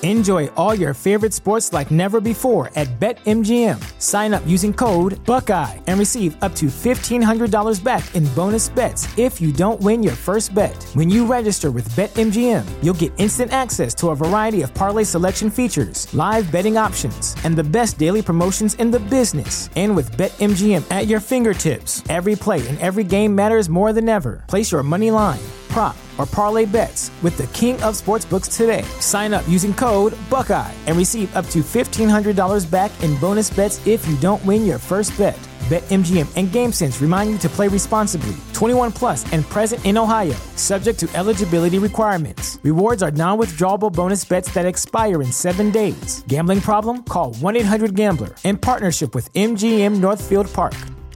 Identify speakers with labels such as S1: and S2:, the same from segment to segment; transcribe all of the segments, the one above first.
S1: Enjoy all your favorite sports like never before at BetMGM. Sign up using code Buckeye and receive up to $1,500 back in bonus bets if you don't win your first bet. When you register with BetMGM, you'll get instant access to a variety of parlay selection features, live betting options, and the best daily promotions in the business. And with BetMGM at your fingertips, every play and every game matters more than ever. Place your money line, prop, or parlay bets with the king of sportsbooks today. Sign up using code Buckeye and receive up to $1,500 back in bonus bets if you don't win your first bet. BetMGM and GameSense remind you to play responsibly. 21 plus and present in Ohio, subject to eligibility requirements. Rewards are non-withdrawable bonus bets that expire in 7 days. Gambling problem? Call 1-800-GAMBLER. In partnership with MGM Northfield Park.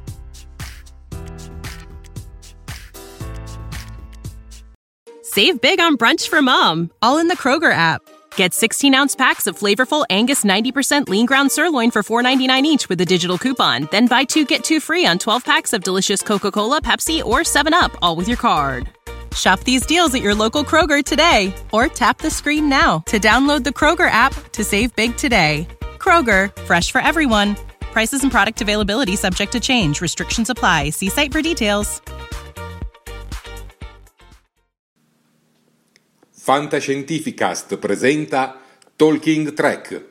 S2: Save big on brunch for mom, all in the Kroger app. Get 16-ounce packs of flavorful Angus 90% lean ground sirloin for $4.99 each with a digital coupon. Then buy 2, get 2 free on 12 packs of delicious Coca-Cola, Pepsi, or 7-Up, all with your card. Shop these deals at your local Kroger today, or tap the screen now to download the Kroger app to save big today. Kroger, fresh for everyone. Prices and product availability subject to change. Restrictions apply. See site for details.
S3: Fantascientificast presenta Talking Trek.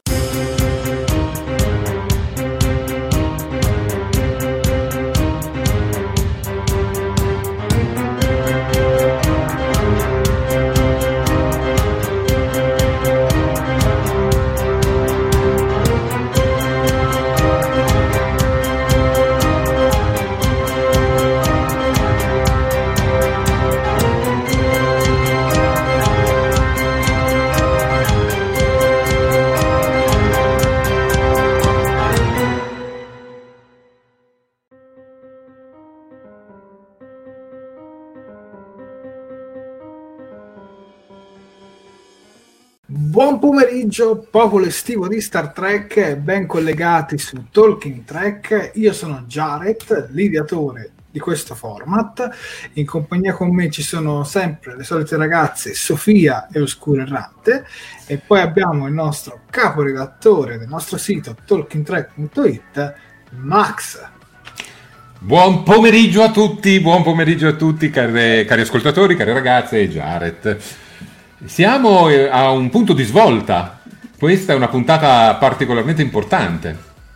S4: Buon pomeriggio, popolo estivo di Star Trek, ben collegati su Talking Trek. Io sono Jared, l'ideatore di questo format. In compagnia con me ci sono sempre le solite ragazze Sofia e Oscuro Errante, e poi abbiamo il nostro caporedattore del nostro sito talkingtrek.it, Max.
S5: Buon pomeriggio a tutti, cari ascoltatori, cari ragazze e Jared. Siamo a un punto di svolta. Questa è una puntata particolarmente importante.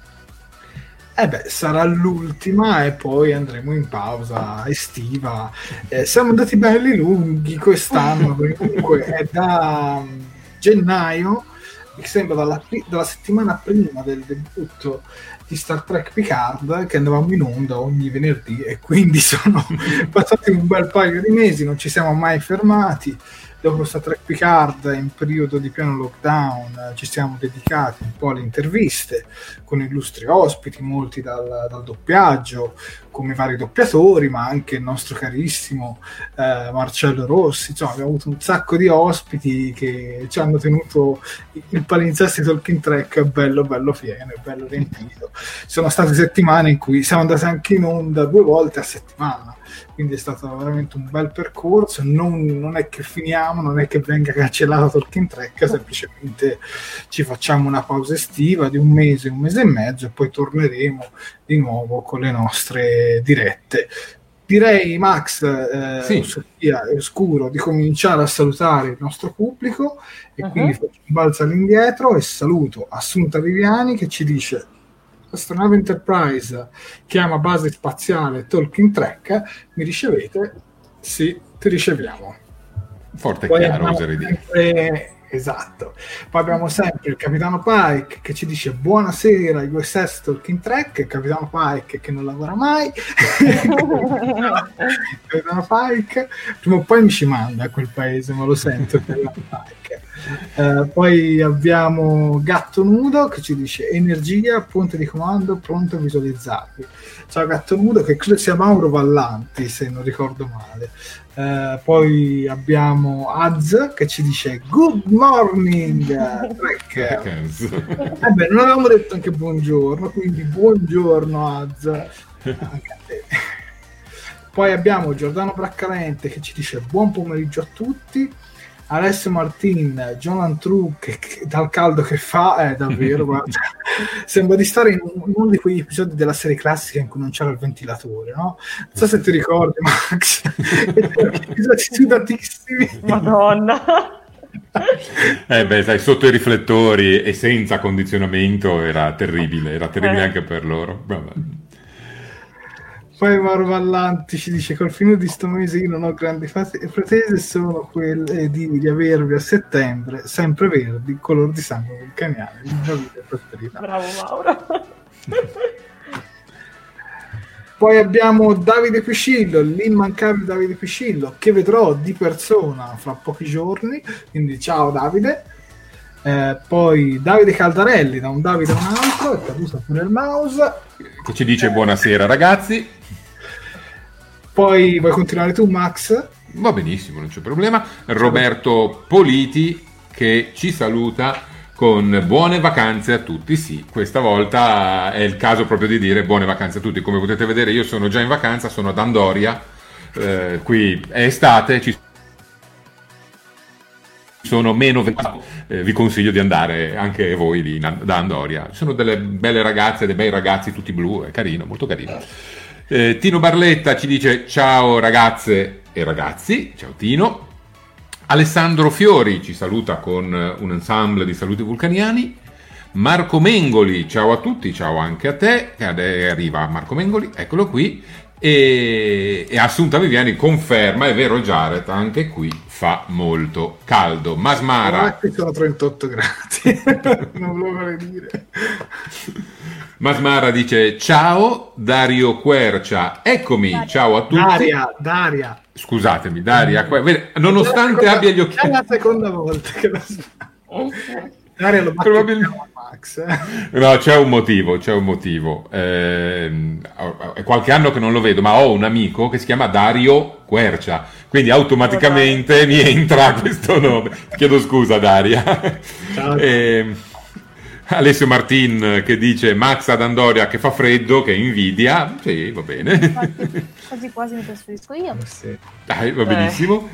S4: Sarà l'ultima e poi andremo in pausa estiva. Siamo andati belli lunghi quest'anno, perché comunque è da gennaio, mi sembra dalla settimana prima del debutto di Star Trek Picard, che andavamo in onda ogni venerdì, e quindi sono passati un bel paio di mesi, non ci siamo mai fermati. Dopo Star Trek Picard, in periodo di pieno lockdown, ci siamo dedicati un po' alle interviste con illustri ospiti, molti dal doppiaggio, come vari doppiatori, ma anche il nostro carissimo Marcello Rossi. Insomma, abbiamo avuto un sacco di ospiti che ci hanno tenuto il palinsesto di Talking Trek bello pieno, bello riempito. Sono state settimane in cui siamo andati anche in onda 2 volte a settimana, quindi è stato veramente un bel percorso. Non è che finiamo, non è che venga cancellata Talking Trek, semplicemente ci facciamo una pausa estiva di un mese e mezzo, e poi torneremo di nuovo con le nostre dirette. Direi, Max,
S5: sì.
S4: Sofia e Oscuro, di cominciare a salutare il nostro pubblico, e quindi faccio un balzo all'indietro e saluto Assunta Viviani, che ci dice: astronave Enterprise chiama base spaziale Talking Trek, mi ricevete? Sì, ti riceviamo.
S5: Forte e
S4: Poi
S5: chiaro, oserei dire.
S4: Esatto. Poi abbiamo sempre il Capitano Pike che ci dice buonasera USS Talking Trek, il Capitano Pike che non lavora mai. Capitano Pike prima o poi mi ci manda a quel paese, ma lo sento. Poi abbiamo Gatto Nudo che ci dice energia, ponte di comando, pronto a visualizzarvi. Ciao Gatto Nudo, che credo sia Mauro Vallanti, se non ricordo male. Poi abbiamo Az che ci dice good morning Trek. Non avevamo detto anche buongiorno, quindi buongiorno Az anche a te. Poi abbiamo Giordano Braccalente che ci dice buon pomeriggio a tutti. Alessio Martin, Jonathan True, che dal caldo che fa, è davvero, guarda, sembra di stare in uno di quegli episodi della serie classica in cui non c'era il ventilatore, no? Non so se ti ricordi, Max, episodi sudatissimi.
S6: Madonna.
S5: Sai, sotto i riflettori e senza condizionamento era terribile anche per loro. Vabbè.
S4: Poi Mauro Vallanti ci dice: col fine di sto mese io non ho grandi pretese, sono quelle di avervi a settembre sempre verdi, color di sangue vulcaniano, il mio video preferito.
S6: Bravo Mauro.
S4: Poi abbiamo Davide Piscillo, l'immancabile Davide Piscillo, che vedrò di persona fra pochi giorni, quindi ciao Davide. Poi Davide Caldarelli, da un Davide a un altro, è caduto pure il mouse,
S5: che ci dice buonasera ragazzi.
S4: Poi vuoi continuare tu, Max?
S5: Va benissimo, non c'è problema. Roberto Politi che ci saluta con buone vacanze a tutti. Sì, questa volta è il caso proprio di dire buone vacanze a tutti. Come potete vedere io sono già in vacanza, sono ad Andoria, qui è estate, ci sono meno vi consiglio di andare anche voi lì da Andoria. Ci sono delle belle ragazze, dei bei ragazzi tutti blu, è carino, molto carino. Tino Barletta ci dice ciao ragazze e ragazzi, ciao Tino. Alessandro Fiori ci saluta con un ensemble di saluti vulcaniani. Marco Mengoli, ciao a tutti, ciao anche a te, arriva Marco Mengoli, eccolo qui. E Assunta Viviani conferma, è vero Jared, anche qui fa molto caldo. Masmara,
S4: qui sono 38 gradi. Non lo vorrei dire.
S5: Masmara dice ciao. Dario Quercia, eccomi, Daria. Ciao a tutti.
S4: Daria.
S5: Scusatemi, Daria, nonostante abbia gli occhi.
S4: È la seconda volta che lo Daria lo Max.
S5: No, c'è un motivo. È qualche anno che non lo vedo, ma ho un amico che si chiama Dario Quercia, quindi automaticamente mi entra questo nome. Chiedo scusa, Daria. Ciao. Alessio Martin che dice Max ad Andoria che fa freddo, che invidia. Sì, va bene.
S6: Infatti, quasi mi trasferisco io.
S4: Sì.
S5: Dai, va benissimo.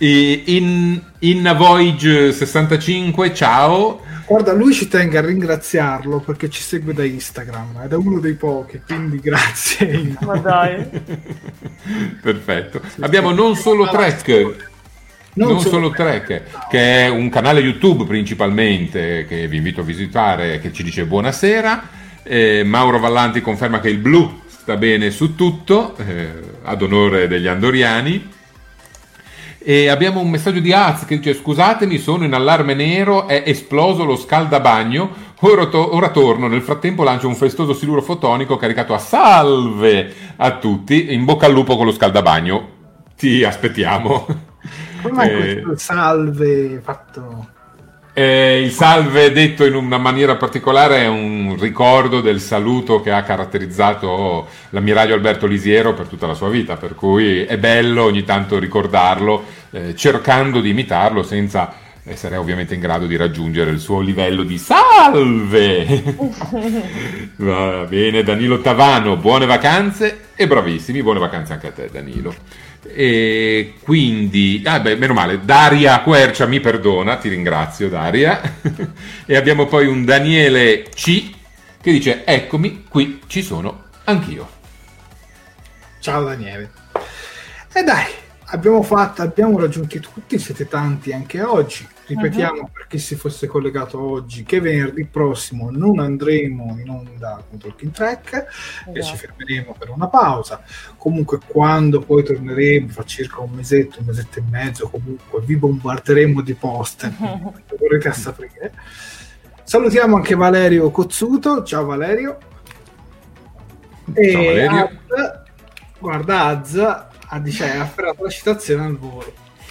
S5: In Voyage 65, ciao.
S4: Guarda, lui ci tenga a ringraziarlo perché ci segue da Instagram, ed è uno dei pochi, quindi grazie.
S6: Ma dai.
S5: Perfetto. Abbiamo Non Solo Trek. Non Solo Trek, che è un canale YouTube principalmente, che vi invito a visitare, che ci dice buonasera. Mauro Vallanti conferma che il blu sta bene su tutto, ad onore degli andoriani. E abbiamo un messaggio di Az che dice scusatemi, sono in allarme nero, è esploso lo scaldabagno, ora torno, nel frattempo lancio un festoso siluro fotonico caricato a salve a tutti, in bocca al lupo con lo scaldabagno, ti aspettiamo.
S4: Come è questo salve fatto?
S5: Il salve detto in una maniera particolare è un ricordo del saluto che ha caratterizzato l'ammiraglio Alberto Lisiero per tutta la sua vita, per cui è bello ogni tanto ricordarlo, cercando di imitarlo senza essere ovviamente in grado di raggiungere il suo livello di salve. Va bene, Danilo Tavano, buone vacanze e bravissimi, buone vacanze anche a te Danilo. E quindi meno male, Daria Quercia mi perdona, ti ringrazio Daria. E abbiamo poi un Daniele C che dice eccomi, qui ci sono anch'io.
S4: Ciao Daniele. E dai, abbiamo raggiunti tutti, siete tanti anche oggi. Ripetiamo per chi si fosse collegato oggi che venerdì prossimo non andremo in onda con Talking Track, e ci fermeremo per una pausa. Comunque quando poi torneremo, fra circa un mesetto e mezzo, comunque vi bombarderemo di post, vorrete sapere. Salutiamo anche Valerio Cozzuto, ciao Valerio.
S5: Ciao Valerio.
S4: Guarda Az ha afferrato la citazione al volo.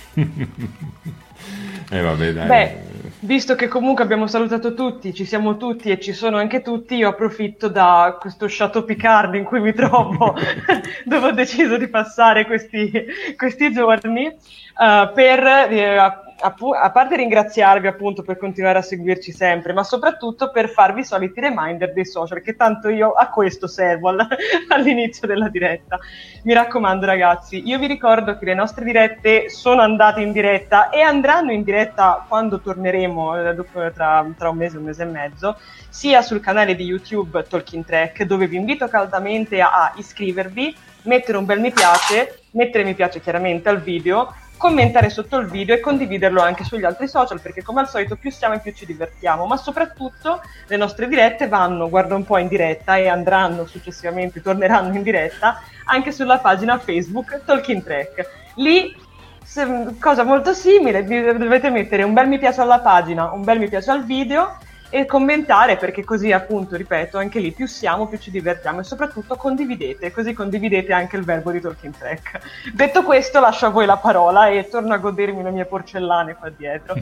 S5: Vabbè, dai.
S6: Beh, visto che comunque abbiamo salutato tutti, ci siamo tutti e ci sono anche tutti, io approfitto da questo Chateau Picard in cui mi trovo, dove ho deciso di passare questi giorni, per a parte ringraziarvi appunto per continuare a seguirci sempre, ma soprattutto per farvi i soliti reminder dei social, che tanto io a questo servo all'inizio della diretta. Mi raccomando ragazzi, io vi ricordo che le nostre dirette sono andate in diretta e andranno in diretta quando torneremo tra un mese e mezzo, sia sul canale di YouTube Talking Track, dove vi invito caldamente a iscrivervi, mettere un bel mi piace, mettere mi piace chiaramente al video, commentare sotto il video e condividerlo anche sugli altri social, perché come al solito più siamo e più ci divertiamo, ma soprattutto le nostre dirette vanno, guarda un po', in diretta e andranno successivamente, torneranno in diretta anche sulla pagina Facebook Talking Track. Lì cosa molto simile, dovete mettere un bel mi piace alla pagina, un bel mi piace al video e commentare, perché così appunto, ripeto, anche lì più siamo più ci divertiamo, e soprattutto condividete, così condividete anche il verbo di Talking Track. Detto questo, lascio a voi la parola e torno a godermi le mie porcellane qua dietro.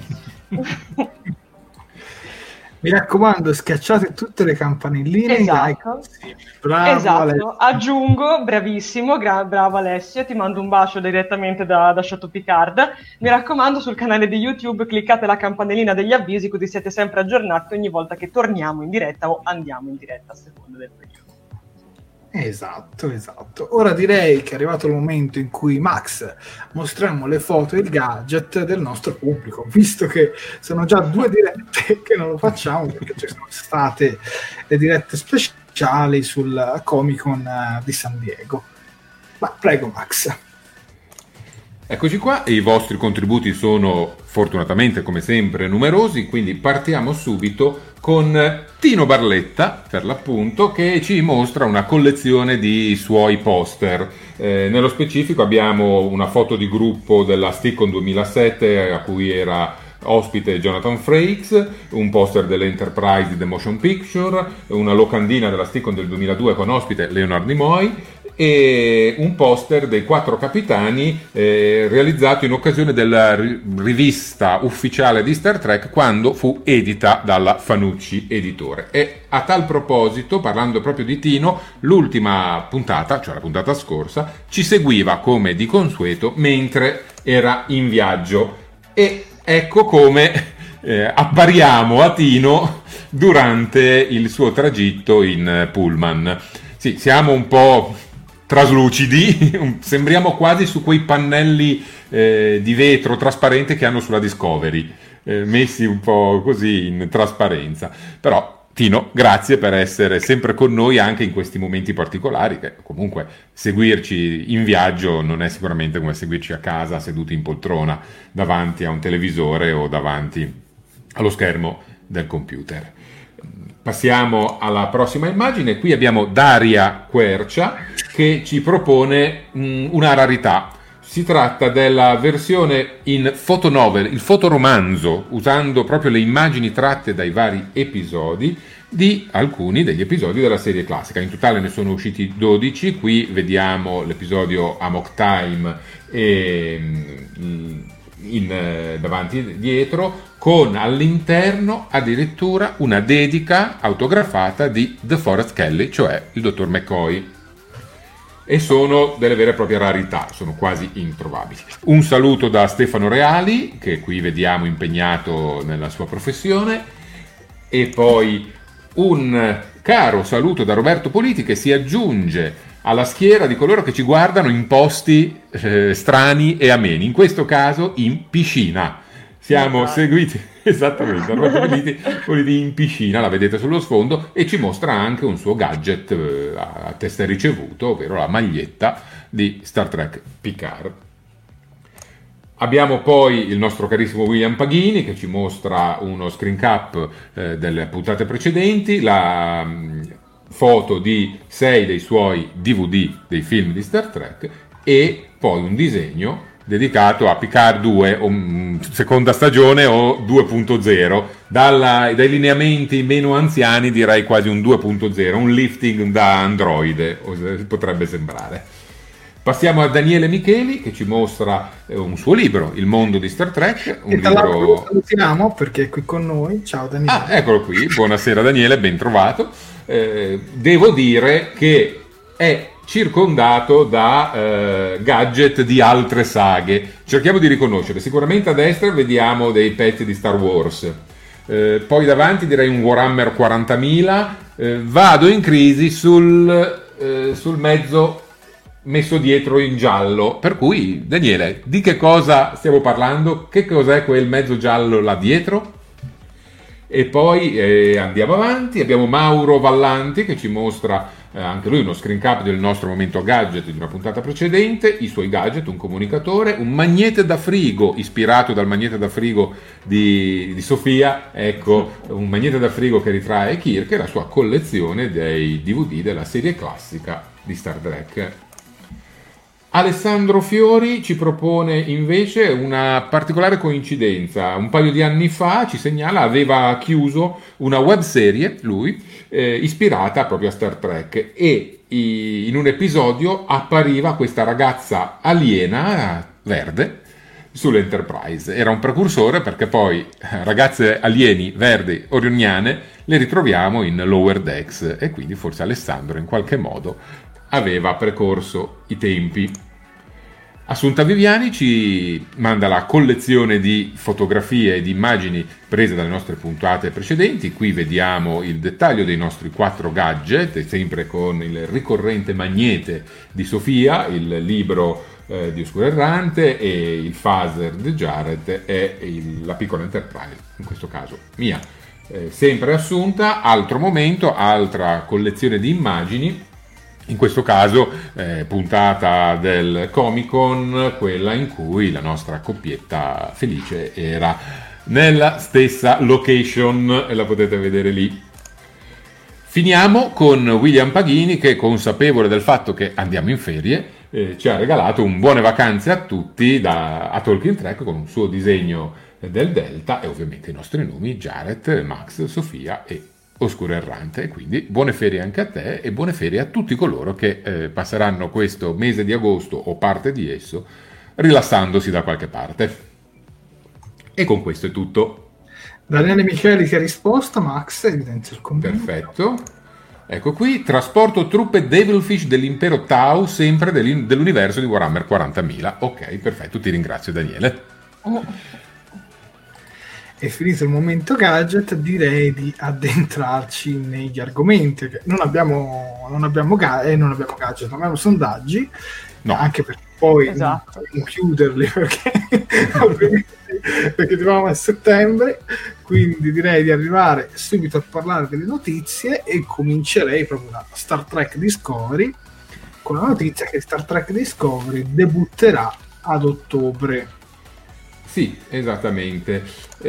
S4: Mi raccomando, schiacciate tutte le campanelline.
S6: Esatto,
S4: bravo,
S6: esatto.
S4: Alessio.
S6: Aggiungo, bravissimo, bravo Alessio, ti mando un bacio direttamente da Chateau Picard. Mi raccomando, sul canale di YouTube cliccate la campanellina degli avvisi, così siete sempre aggiornati ogni volta che torniamo in diretta o andiamo in diretta a seconda del periodo.
S4: Esatto. Ora direi che è arrivato il momento in cui, Max, mostriamo le foto e il gadget del nostro pubblico, visto che sono già 2 dirette che non lo facciamo, perché ci sono state le dirette speciali sul Comic Con di San Diego. Ma prego, Max.
S5: Eccoci qua, i vostri contributi sono fortunatamente come sempre numerosi, quindi partiamo subito con Tino Barletta, per l'appunto, che ci mostra una collezione di suoi poster. Nello specifico abbiamo una foto di gruppo della Stickon 2007 a cui era ospite Jonathan Frakes, un poster dell'Enterprise di The Motion Picture, una locandina della Stickon del 2002 con ospite Leonard Nimoy, e un poster dei 4 capitani realizzato in occasione della rivista ufficiale di Star Trek quando fu edita dalla Fanucci Editore. E a tal proposito, parlando proprio di Tino, l'ultima puntata, cioè la puntata scorsa, ci seguiva come di consueto mentre era in viaggio, e ecco come appariamo a Tino durante il suo tragitto in pullman. Sì, siamo un po' traslucidi, sembriamo quasi su quei pannelli di vetro trasparente che hanno sulla Discovery, messi un po' così in trasparenza. Però Tino, grazie per essere sempre con noi anche in questi momenti particolari, che comunque seguirci in viaggio non è sicuramente come seguirci a casa seduti in poltrona davanti a un televisore o davanti allo schermo del computer. Passiamo alla prossima immagine. Qui abbiamo Daria Quercia che ci propone una rarità. Si tratta della versione in fotonovel, il fotoromanzo, usando proprio le immagini tratte dai vari episodi di alcuni degli episodi della serie classica. In totale ne sono usciti 12. Qui vediamo l'episodio Amok Time davanti e dietro, con all'interno addirittura una dedica autografata di DeForest Kelley, cioè il dottor McCoy. E sono delle vere e proprie rarità, sono quasi introvabili. Un saluto da Stefano Reali, che qui vediamo impegnato nella sua professione, e poi un caro saluto da Roberto Politi, che si aggiunge alla schiera di coloro che ci guardano in posti strani e ameni, in questo caso in piscina. Siamo seguiti esattamente da Roberto Politi in piscina, la vedete sullo sfondo, e ci mostra anche un suo gadget a testa ricevuto, ovvero la maglietta di Star Trek Picard. Abbiamo poi il nostro carissimo William Paghini che ci mostra uno screen cap delle puntate precedenti, la foto di 6 dei suoi DVD dei film di Star Trek, e poi un disegno dedicato a Picard 2 o seconda stagione o 2.0, dai lineamenti meno anziani direi quasi un 2.0, un lifting da androide potrebbe sembrare. Passiamo a Daniele Micheli che ci mostra un suo libro, Il mondo di Star Trek, un libro...
S4: Lo salutiamo perché è qui con noi. Ciao Daniele.
S5: Eccolo qui, buonasera Daniele, ben trovato. Devo dire che è circondato da gadget di altre saghe. Cerchiamo di riconoscere. Sicuramente a destra vediamo dei pezzi di Star Wars, poi davanti direi un Warhammer 40.000. Vado in crisi sul mezzo messo dietro in giallo, per cui Daniele, di che cosa stiamo parlando? Che cos'è quel mezzo giallo là dietro? E poi andiamo avanti, abbiamo Mauro Vallanti che ci mostra anche lui uno screen cap del nostro momento gadget di una puntata precedente, i suoi gadget, un comunicatore, un magnete da frigo ispirato dal magnete da frigo di Sofia, ecco, un magnete da frigo che ritrae Kirk e la sua collezione dei DVD della serie classica di Star Trek. Alessandro Fiori ci propone invece una particolare coincidenza. Un paio di anni fa, ci segnala, aveva chiuso una webserie, lui, ispirata proprio a Star Trek, e in un episodio appariva questa ragazza aliena verde sull'Enterprise. Era un precursore perché poi ragazze alieni verdi orioniane le ritroviamo in Lower Decks e quindi forse Alessandro in qualche modo aveva precorso i tempi. Assunta Viviani ci manda la collezione di fotografie e di immagini prese dalle nostre puntate precedenti. Qui vediamo il dettaglio dei nostri 4 gadget, sempre con il ricorrente magnete di Sofia, il libro di Oscuro Errante e il phaser di Jared e la piccola Enterprise, in questo caso mia. Sempre Assunta, altro momento, altra collezione di immagini. In questo caso puntata del Comic Con, quella in cui la nostra coppietta felice era nella stessa location e la potete vedere lì. Finiamo con William Paghini che, consapevole del fatto che andiamo in ferie, ci ha regalato un buone vacanze a tutti a Talking Trek con un suo disegno del Delta e ovviamente i nostri nomi Jared, Max, Sofia e Oscuro Errante. Quindi buone ferie anche a te e buone ferie a tutti coloro che passeranno questo mese di agosto o parte di esso rilassandosi da qualche parte. E con questo è tutto.
S4: Daniele Micheli ti ha risposto, Max evidenzia il commento.
S5: Perfetto, ecco qui: trasporto truppe Devilfish dell'impero Tau, sempre dell'universo di Warhammer 40.000. Ok, perfetto, ti ringrazio Daniele.
S4: E finito il momento gadget, direi di addentrarci negli argomenti. Non abbiamo gadget, non abbiamo sondaggi,
S5: no.
S4: Anche perché poi
S6: esatto.
S4: dobbiamo chiuderli perché arriviamo a settembre, quindi direi di arrivare subito a parlare delle notizie e comincerei proprio da Star Trek Discovery con la notizia che Star Trek Discovery debutterà ad ottobre.
S5: Sì, esattamente.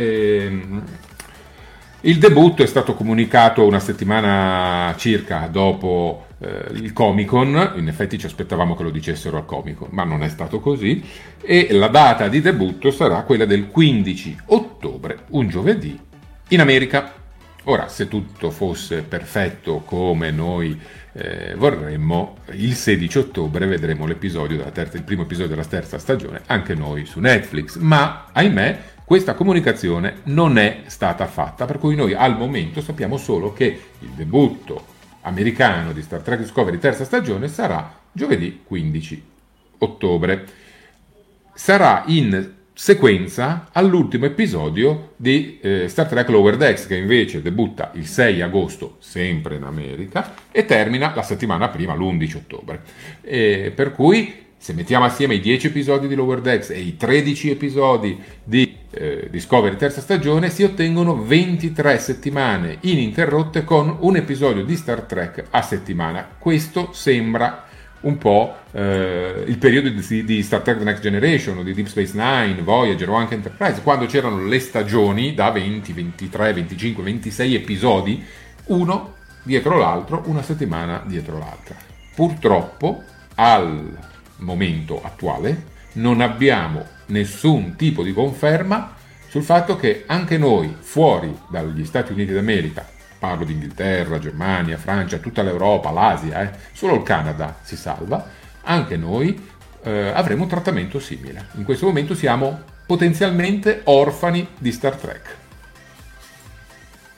S5: Il debutto è stato comunicato una settimana circa dopo il Comic Con. In effetti ci aspettavamo che lo dicessero al Comic Con, ma non è stato così. E la data di debutto sarà quella del 15 ottobre, un giovedì, in America. Ora, se tutto fosse perfetto come noi vorremmo, il 16 ottobre vedremo il primo episodio della terza stagione anche noi su Netflix, ma ahimè questa comunicazione non è stata fatta, per cui noi al momento sappiamo solo che il debutto americano di Star Trek Discovery terza stagione sarà giovedì 15 ottobre. Sarà in sequenza all'ultimo episodio di Star Trek Lower Decks, che invece debutta il 6 agosto sempre in America e termina la settimana prima, l'11 ottobre. Per cui se mettiamo assieme i 10 episodi di Lower Decks e i 13 episodi di Discovery terza stagione, si ottengono 23 settimane ininterrotte con un episodio di Star Trek a settimana. Questo sembra un po' il periodo di Star Trek The Next Generation o di Deep Space Nine, Voyager o anche Enterprise, quando c'erano le stagioni da 20, 23, 25, 26 episodi, uno dietro l'altro, una settimana dietro l'altra. Purtroppo al momento attuale non abbiamo nessun tipo di conferma sul fatto che anche noi fuori dagli Stati Uniti d'America, parlo di Inghilterra, Germania, Francia, tutta l'Europa, l'Asia, solo il Canada si salva, anche noi avremo un trattamento simile. In questo momento siamo potenzialmente orfani di Star Trek.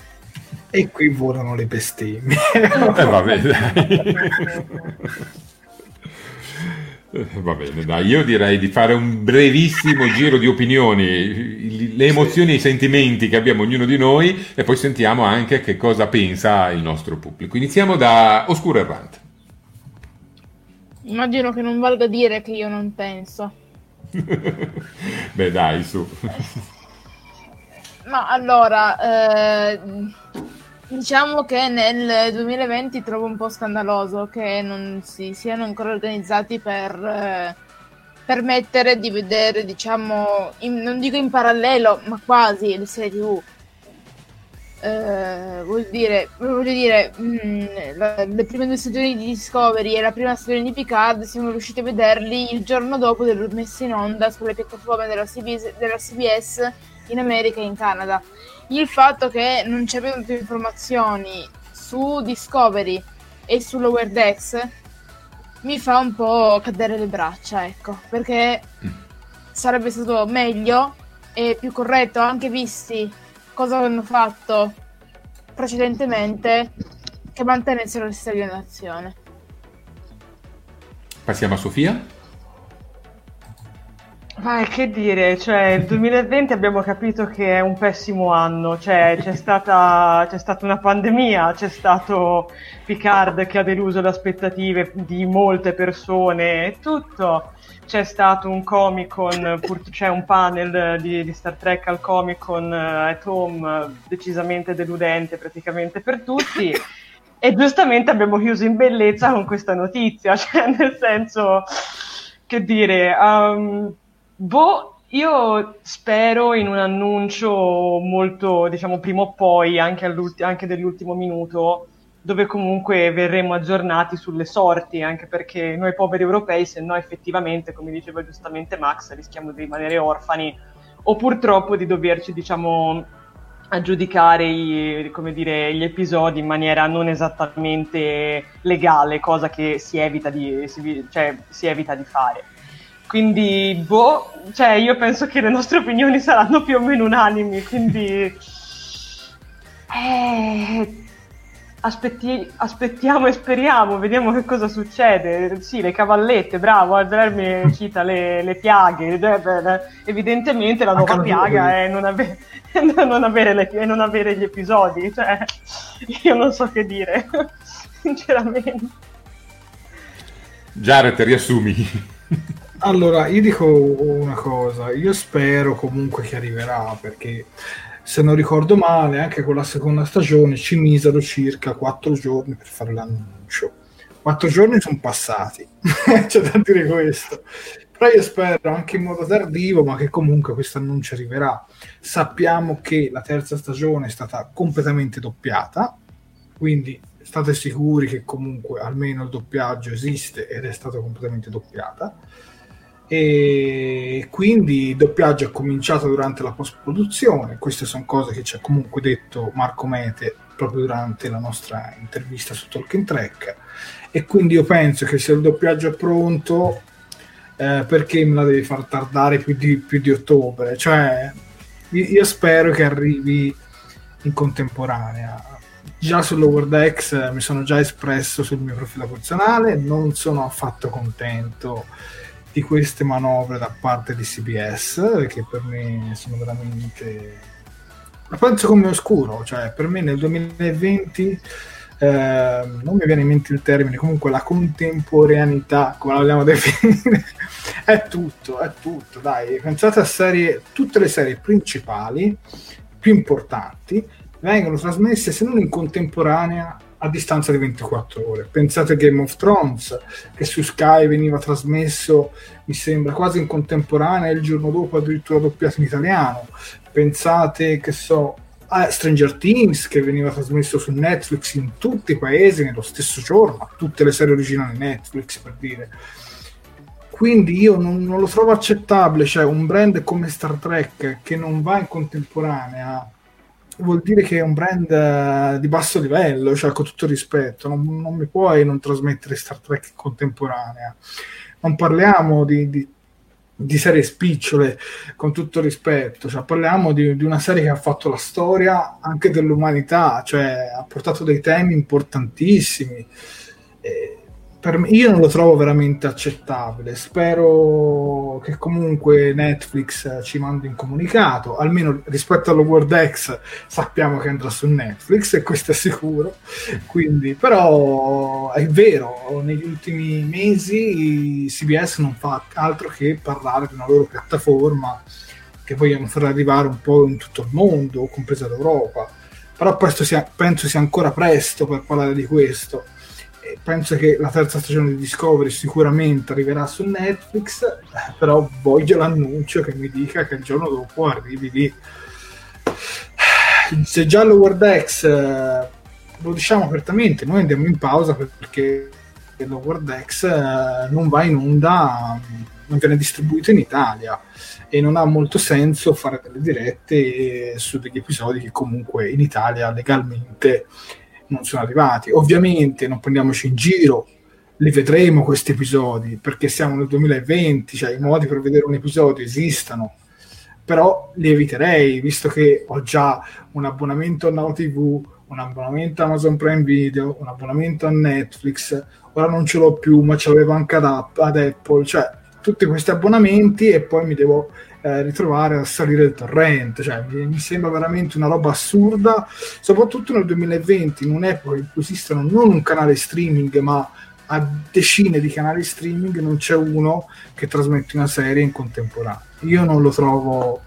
S4: E qui volano le bestemmie.
S5: Vabbè, dai. Va bene, dai, io direi di fare un brevissimo giro di opinioni, le emozioni e i sentimenti che abbiamo ognuno di noi, e poi sentiamo anche che cosa pensa il nostro pubblico. Iniziamo da Oscuro Errante.
S7: Immagino che non valga dire che io non penso.
S5: Beh, dai, su.
S7: Ma allora, diciamo che nel 2020 trovo un po' scandaloso che non si siano ancora organizzati per permettere di vedere, diciamo, non dico in parallelo, ma quasi le serie TV. Voglio dire, le prime 2 stagioni di Discovery e la prima stagione di Picard siamo riusciti a vederli il giorno dopo delle messe in onda sulle piattaforme della CBS in America e in Canada. Il fatto che non ci abbiano più informazioni su Discovery e su Lower Decks mi fa un po' cadere le braccia, ecco, perché sarebbe stato meglio e più corretto, anche visti cosa hanno fatto precedentemente, che mantenessero le stesse nazione.
S5: Passiamo a Sofia.
S6: Che dire, cioè il 2020 abbiamo capito che è un pessimo anno, cioè c'è stata una pandemia, c'è stato Picard che ha deluso le aspettative di molte persone e tutto, c'è stato un Comic-Con, c'è un panel di Star Trek al Comic-Con at Home decisamente deludente praticamente per tutti e giustamente abbiamo chiuso in bellezza con questa notizia, cioè nel senso, che dire... io spero in un annuncio molto, diciamo, prima o poi, anche dell'ultimo minuto, dove comunque verremo aggiornati sulle sorti, anche perché noi poveri europei, se no effettivamente, come diceva giustamente Max, rischiamo di rimanere orfani o purtroppo di doverci, diciamo, aggiudicare gli episodi in maniera non esattamente legale, cosa che si evita di fare. Quindi, cioè io penso che le nostre opinioni saranno più o meno unanimi, quindi aspettiamo e speriamo, vediamo che cosa succede. Sì, le cavallette, bravo, Alzheimer cita le piaghe, evidentemente la nuova piaga è non avere gli episodi, cioè io non so che dire, sinceramente.
S5: Jared, riassumi.
S4: Allora, io dico una cosa, io spero comunque che arriverà, perché se non ricordo male anche con la seconda stagione ci misero circa 4 giorni per fare l'annuncio. 4 giorni sono passati, c'è da dire questo, però io spero anche in modo tardivo, ma che comunque questo annuncio arriverà. Sappiamo che la terza stagione è stata completamente doppiata, quindi state sicuri che comunque almeno il doppiaggio esiste ed è stata completamente doppiata, e quindi il doppiaggio è cominciato durante la post-produzione. Queste sono cose che ci ha comunque detto Marco Mete proprio durante la nostra intervista su Talking Trek, e quindi io penso che se il doppiaggio è pronto, perché me la devi far tardare più di ottobre? Cioè io spero che arrivi in contemporanea. Già su Lower Decks mi sono già espresso sul mio profilo personale, non sono affatto contento di queste manovre da parte di CBS, che per me sono veramente, la penso come oscuro, cioè per me nel 2020 non mi viene in mente il termine, comunque la contemporaneità, come la vogliamo definire, è tutto, dai, pensate a tutte le serie principali più importanti vengono trasmesse, se non in contemporanea, a distanza di 24 ore. Pensate a Game of Thrones, che su Sky veniva trasmesso, mi sembra, quasi in contemporanea, e il giorno dopo addirittura doppiato in italiano. Pensate, a Stranger Things, che veniva trasmesso su Netflix in tutti i paesi nello stesso giorno, tutte le serie originali Netflix, per dire. Quindi io non lo trovo accettabile, cioè un brand come Star Trek che non va in contemporanea vuol dire che è un brand di basso livello, cioè con tutto rispetto, non mi puoi non trasmettere Star Trek contemporanea. Non parliamo di serie spicciole, con tutto rispetto, cioè parliamo di una serie che ha fatto la storia anche dell'umanità, cioè ha portato dei temi importantissimi, io non lo trovo veramente accettabile. Spero che comunque Netflix ci mandi un comunicato, almeno rispetto allo Lower Decks sappiamo che andrà su Netflix e questo è sicuro. Quindi, però è vero, negli ultimi mesi CBS non fa altro che parlare di una loro piattaforma che vogliono far arrivare un po' in tutto il mondo, compresa l'Europa. Però penso sia ancora presto per parlare di questo. Penso che la terza stagione di Discovery sicuramente arriverà su Netflix, però voglio l'annuncio che mi dica che il giorno dopo arrivi lì. Se già Lower Decks, lo diciamo apertamente, noi andiamo in pausa perché Lower Decks non va in onda, non viene distribuito in Italia e non ha molto senso fare delle dirette su degli episodi che comunque in Italia legalmente non sono arrivati. Ovviamente non prendiamoci in giro, li vedremo questi episodi perché siamo nel 2020, cioè i modi per vedere un episodio esistono, però li eviterei visto che ho già un abbonamento a Now TV, un abbonamento a Amazon Prime Video, un abbonamento a Netflix, ora non ce l'ho più ma ce l'avevo anche ad Apple, cioè tutti questi abbonamenti e poi mi devo ritrovare a salire il torrente, cioè mi sembra veramente una roba assurda, soprattutto nel 2020, in un'epoca in cui esistono non un canale streaming ma a decine di canali streaming, non c'è uno che trasmette una serie in contemporanea. Io non lo trovo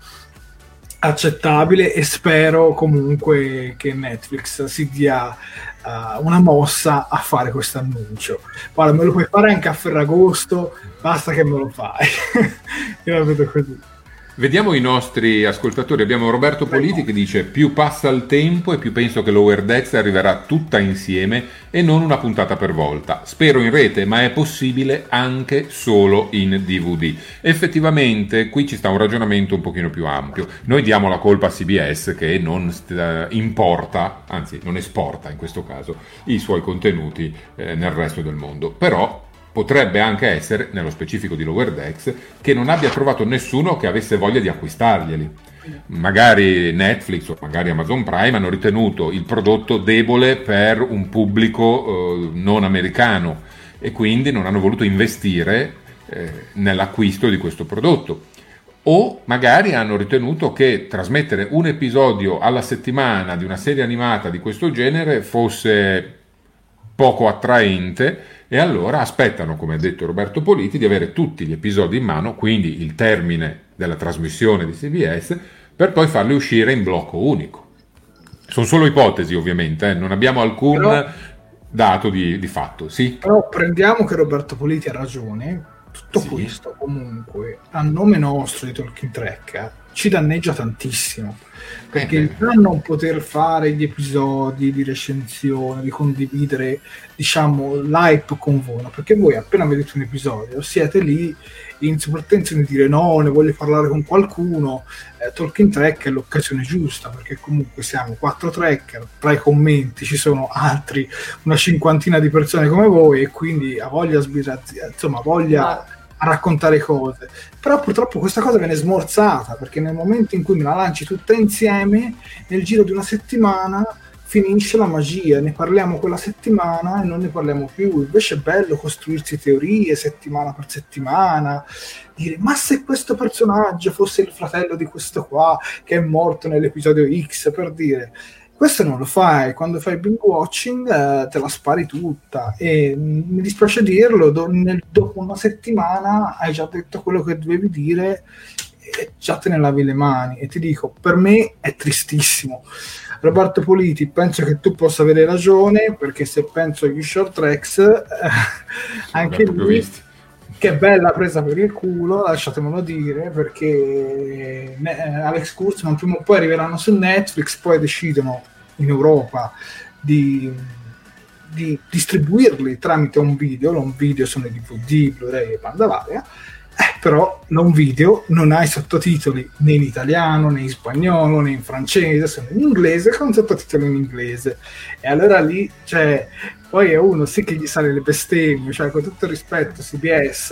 S4: accettabile e spero comunque che Netflix si dia una mossa a fare questo annuncio. Guarda, me lo puoi fare anche a Ferragosto, basta che me lo fai. Io la vedo così.
S5: Vediamo i nostri ascoltatori. Abbiamo Roberto Politi che dice: più passa il tempo e più penso che Lower Decks arriverà tutta insieme e non una puntata per volta. Spero in rete, ma è possibile anche solo in DVD. Effettivamente qui ci sta un ragionamento un pochino più ampio. Noi diamo la colpa a CBS che non importa, anzi non esporta in questo caso, i suoi contenuti nel resto del mondo. Però potrebbe anche essere, nello specifico di Lower Decks, che non abbia trovato nessuno che avesse voglia di acquistarglieli. Magari Netflix o magari Amazon Prime hanno ritenuto il prodotto debole per un pubblico non americano e quindi non hanno voluto investire nell'acquisto di questo prodotto. O magari hanno ritenuto che trasmettere un episodio alla settimana di una serie animata di questo genere fosse poco attraente e allora aspettano, come ha detto Roberto Politi, di avere tutti gli episodi in mano, quindi il termine della trasmissione di CBS, per poi farli uscire in blocco unico. Sono solo ipotesi, ovviamente, non abbiamo alcun dato di fatto. Sì?
S4: Però prendiamo che Roberto Politi ha ragione, tutto questo comunque a nome nostro di Talking Track ci danneggia tantissimo, perché il non poter fare gli episodi di recensione, di condividere diciamo l'hype con voi, no? Perché voi appena vedete un episodio siete lì in supertensione di dire no, ne voglio parlare con qualcuno. Talking Track è l'occasione giusta, perché comunque siamo 4 tracker, tra i commenti ci sono altri una cinquantina di persone come voi e quindi ha voglia a raccontare cose. Però purtroppo questa cosa viene smorzata, perché nel momento in cui me la lanci tutta insieme, nel giro di una settimana finisce la magia, ne parliamo quella settimana e non ne parliamo più. Invece è bello costruirsi teorie settimana per settimana, dire ma se questo personaggio fosse il fratello di questo qua che è morto nell'episodio X, per dire. Questo non lo fai, quando fai binge watching te la spari tutta e mi dispiace dirlo, dopo una settimana hai già detto quello che dovevi dire e già te ne lavi le mani, e ti dico, per me è tristissimo. Roberto Politi, penso che tu possa avere ragione, perché se penso agli short tracks anche lui, che bella presa per il culo, lasciatemelo dire, perché Alex Kurtzman prima o poi arriveranno su Netflix, poi decidono in Europa di distribuirli tramite un video sono i DVD, Blu-ray e Pandavaria, però l'home video non ha i sottotitoli né in italiano né in spagnolo né in francese, sono in inglese con sottotitoli in inglese, e allora lì cioè poi è uno sì che gli sale le bestemmie, cioè con tutto il rispetto CBS,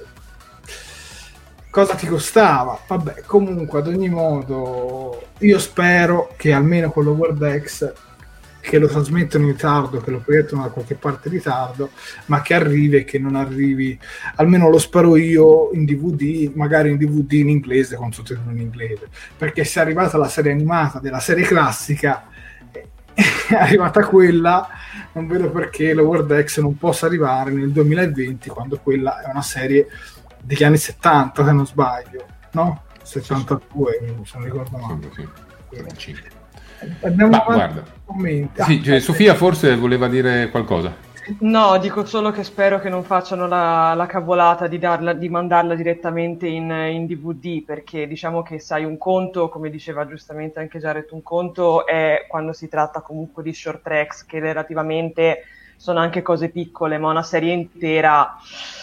S4: cosa ti costava? Vabbè, comunque ad ogni modo io spero che almeno con Lower Decks che lo trasmettono in ritardo, che lo proiettano da qualche parte in ritardo, ma che arrivi e che non arrivi, almeno lo spero io, in DVD, magari in DVD in inglese con sottotitoli in inglese, perché se è arrivata la serie animata della serie classica, è arrivata quella, non vedo perché Lower Decks non possa arrivare nel 2020, quando quella è una serie degli anni 70, se non sbaglio, no? 72, se non ricordo male.
S5: Sì.
S4: Abbiamo
S5: guarda,
S4: commenti.
S5: sì, cioè, Sofia forse voleva dire qualcosa.
S6: No, dico solo che spero che non facciano la cavolata di mandarla direttamente in DVD, perché diciamo che sai, un conto, come diceva giustamente anche Jared, un conto è quando si tratta comunque di short tracks, che relativamente sono anche cose piccole, ma una serie intera,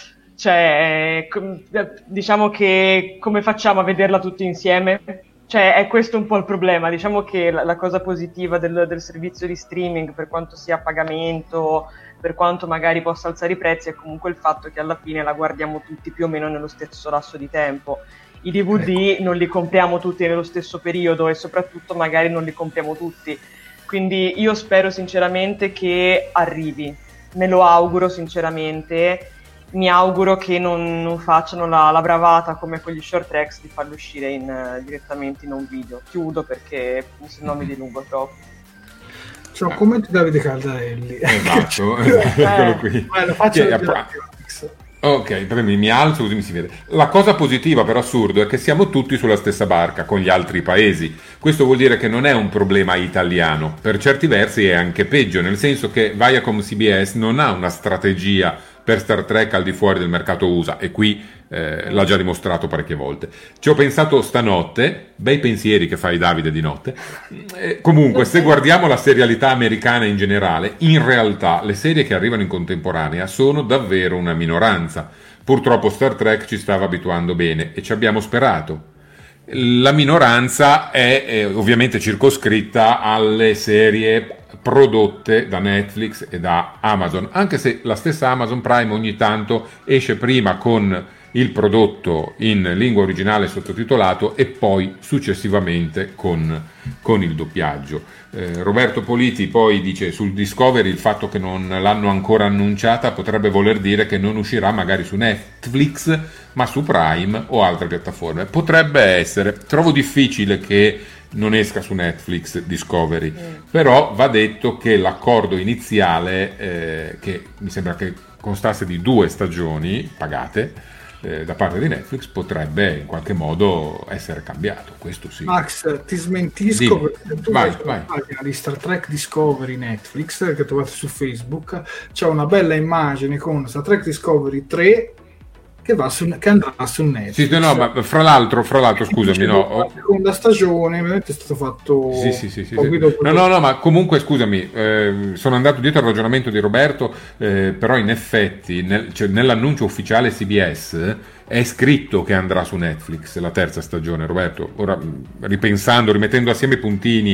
S6: cioè, diciamo che come facciamo a vederla tutti insieme? Cioè, è questo un po' il problema. Diciamo che la cosa positiva del servizio di streaming, per quanto sia a pagamento, per quanto magari possa alzare i prezzi, è comunque il fatto che alla fine la guardiamo tutti più o meno nello stesso lasso di tempo. I DVD non li compriamo tutti nello stesso periodo e soprattutto magari non li compriamo tutti. Quindi io spero sinceramente che arrivi. Me lo auguro sinceramente. Mi auguro che non facciano la bravata come con gli short tracks di farlo uscire direttamente in un video. Chiudo perché se no mi dilungo troppo.
S4: Ciao, commenti Davide Caldarelli.
S5: Esatto, eccolo qui.
S4: Lo faccio
S5: ok, mi alzo così mi si vede. La cosa positiva per assurdo è che siamo tutti sulla stessa barca con gli altri paesi. Questo vuol dire che non è un problema italiano, per certi versi è anche peggio, nel senso che Viacom CBS non ha una strategia per Star Trek al di fuori del mercato USA, e qui l'ha già dimostrato parecchie volte. Ci ho pensato stanotte, bei pensieri che fai Davide di notte. Comunque, se guardiamo la serialità americana in generale, in realtà le serie che arrivano in contemporanea sono davvero una minoranza. Purtroppo Star Trek ci stava abituando bene e ci abbiamo sperato. La minoranza è ovviamente circoscritta alle serie prodotte da Netflix e da Amazon, anche se la stessa Amazon Prime ogni tanto esce prima con il prodotto in lingua originale sottotitolato e poi successivamente con il doppiaggio. Roberto Politi poi dice sul Discovery il fatto che non l'hanno ancora annunciata potrebbe voler dire che non uscirà magari su Netflix ma su Prime o altre piattaforme. Potrebbe essere, trovo difficile che non esca su Netflix Discovery, però va detto che l'accordo iniziale che mi sembra che constasse di 2 stagioni pagate da parte di Netflix potrebbe in qualche modo essere cambiato, questo sì.
S4: Max, ti smentisco perché tu
S5: vai.
S4: Sulla pagina di Star Trek Discovery Netflix che trovate su Facebook c'è una bella immagine con Star Trek Discovery 3 che andrà su Netflix.
S5: Sì, no, ma fra l'altro scusami,
S4: la seconda stagione ovviamente è stato fatto
S5: sì. No, ma comunque scusami, sono andato dietro al ragionamento di Roberto, però in effetti nell'annuncio ufficiale CBS è scritto che andrà su Netflix la terza stagione. Roberto, ora rimettendo assieme i puntini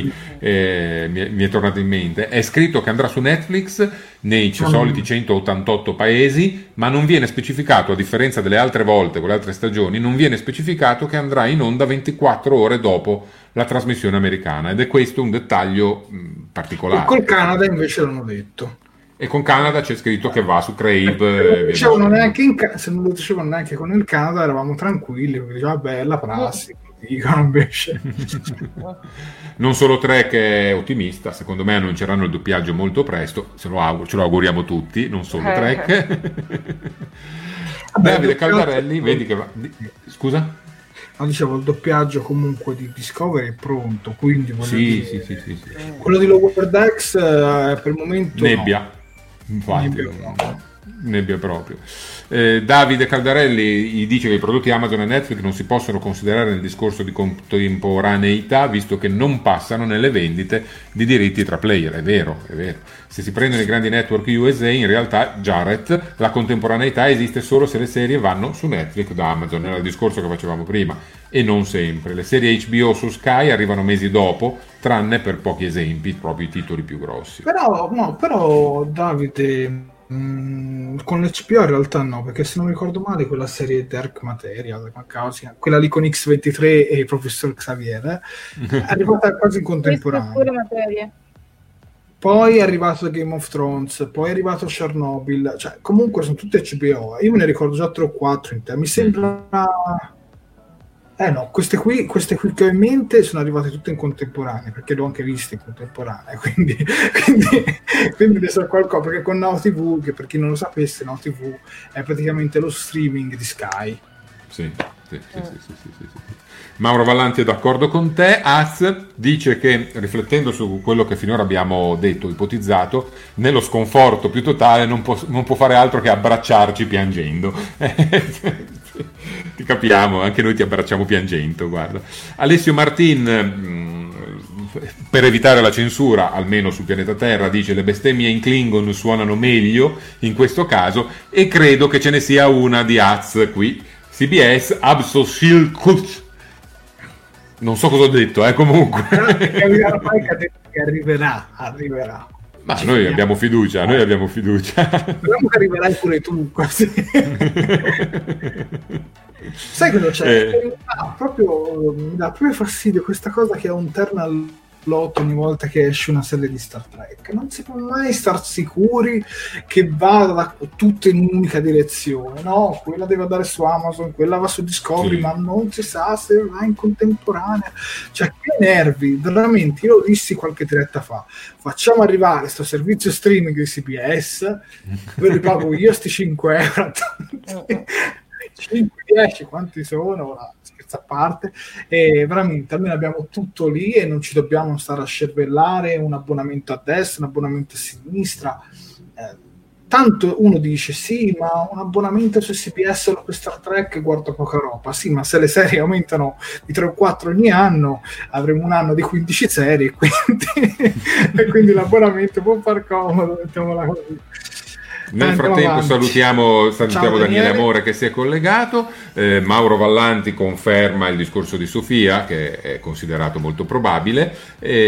S5: mi è tornato in mente, è scritto che andrà su Netflix nei soliti 188 paesi, ma non viene specificato, a differenza delle altre volte con le altre stagioni, non viene specificato che andrà in onda 24 ore dopo la trasmissione americana, ed è questo un dettaglio particolare.
S4: E col Canada invece l'hanno detto.
S5: E con Canada c'è scritto che va su Crave.
S4: Se non lo dicevano neanche con il Canada eravamo tranquilli, perché diceva bella prassi, dicono invece.
S5: Non solo Trek è ottimista, secondo me annunceranno il doppiaggio molto presto, ce lo auguriamo tutti, non solo Trek. Davide Caldarelli, vedi che va. Scusa?
S4: No, dicevo, il doppiaggio comunque di Discovery è pronto, quindi
S5: sì.
S4: Quello di Lower Decks per il momento
S5: nebbia. Infatti, nebbia proprio. Davide Caldarelli gli dice che i prodotti Amazon e Netflix non si possono considerare nel discorso di contemporaneità, visto che non passano nelle vendite di diritti tra player. È vero. Se si prendono i grandi network USA, in realtà, Jared, la contemporaneità esiste solo se le serie vanno su Netflix da Amazon, era il discorso che facevamo prima, e non sempre. Le serie HBO su Sky arrivano mesi dopo, tranne per pochi esempi, proprio i titoli più grossi.
S4: Però Davide, con l'HBO in realtà no, perché se non ricordo male quella serie Dark Material, quella lì con X23 e il professor Xavier è arrivata quasi in contemporanea. poi è arrivato Game of Thrones, poi è arrivato Chernobyl, cioè comunque sono tutte HBO, io me ne ricordo già 3 o 4 in te, mi sembra... no, queste qui che ho in mente sono arrivate tutte in contemporanea, perché le ho anche viste in contemporanea, quindi ne so qualcosa, perché con Now TV, che per chi non lo sapesse, Now TV è praticamente lo streaming di Sky.
S5: Sì. Mauro Vallanti è d'accordo con te. Az dice che, riflettendo su quello che finora abbiamo detto, ipotizzato, nello sconforto più totale non può fare altro che abbracciarci piangendo. Ti capiamo, anche noi ti abbracciamo piangendo, guarda. Alessio Martin, per evitare la censura, almeno sul pianeta Terra, dice: le bestemmie in Klingon suonano meglio in questo caso, e credo che ce ne sia una di Az qui. CBS Absol. Non so cosa ho detto, comunque.
S4: Che arriverà.
S5: Ma noi abbiamo fiducia,
S4: Speriamo che arriverai pure tu, quasi. Sai cosa c'è? Mi dà proprio fastidio questa cosa che è un Eternal plot ogni volta che esce una serie di Star Trek. Non si può mai star sicuri che vada tutto in un'unica direzione, no? Quella deve andare su Amazon, quella va su Discovery, ma non si sa se va in contemporanea. Cioè, che nervi, veramente. Io l'ho dissi qualche diretta fa. Facciamo arrivare sto servizio streaming di CBS, ve li pago io sti 5 euro. 5, 10, quanti sono? Scherzo a parte, e veramente almeno abbiamo tutto lì e non ci dobbiamo stare a scervellare un abbonamento a destra, un abbonamento a sinistra. Tanto uno dice sì, ma un abbonamento su CBS solo per Star Trek guardo poca roba. Sì, ma se le serie aumentano di 3 o 4 ogni anno, avremo un anno di 15 serie, e quindi l'abbonamento può far comodo, mettiamola così.
S5: Nel frattempo salutiamo Daniele Amore che si è collegato. Mauro Vallanti conferma il discorso di Sofia, che è considerato molto probabile.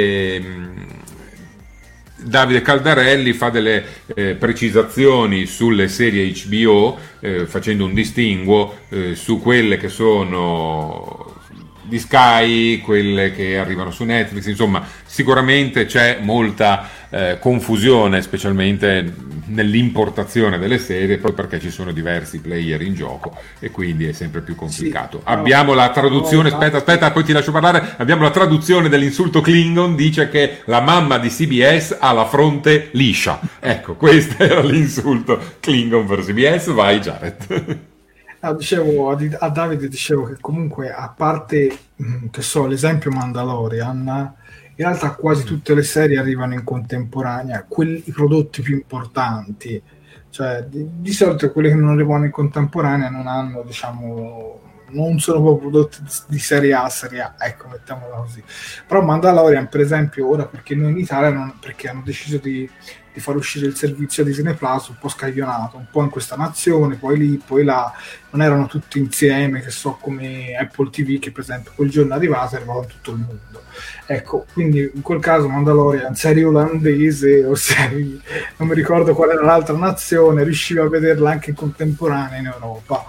S5: Davide Caldarelli fa delle precisazioni sulle serie HBO, facendo un distinguo su quelle che sono di Sky, quelle che arrivano su Netflix. Insomma, sicuramente c'è molta confusione, specialmente nell'importazione delle serie, proprio perché ci sono diversi player in gioco e quindi è sempre più complicato. Sì, abbiamo la traduzione, aspetta, poi ti lascio parlare. Abbiamo la traduzione dell'insulto Klingon, dice che la mamma di CBS ha la fronte liscia. Ecco, questo era l'insulto Klingon per CBS. Vai, Jared.
S4: Dicevo a Davide, dicevo che comunque, a parte che so, l'esempio Mandalorian, in realtà quasi tutte le serie arrivano in contemporanea, i prodotti più importanti, cioè di solito quelli che non arrivano in contemporanea non hanno, diciamo, non sono proprio prodotti di serie A, ecco, mettiamola così. Però Mandalorian, per esempio, ora, perché noi in Italia perché hanno deciso di far uscire il servizio Disney Plus, un po' scaglionato, un po' in questa nazione, poi lì, poi là, non erano tutti insieme, che so, come Apple TV, che per esempio quel giorno è arrivato in tutto il mondo. Ecco, quindi in quel caso Mandalorian, serie olandese o serie, non mi ricordo qual era l'altra nazione, riusciva a vederla anche in contemporanea in Europa.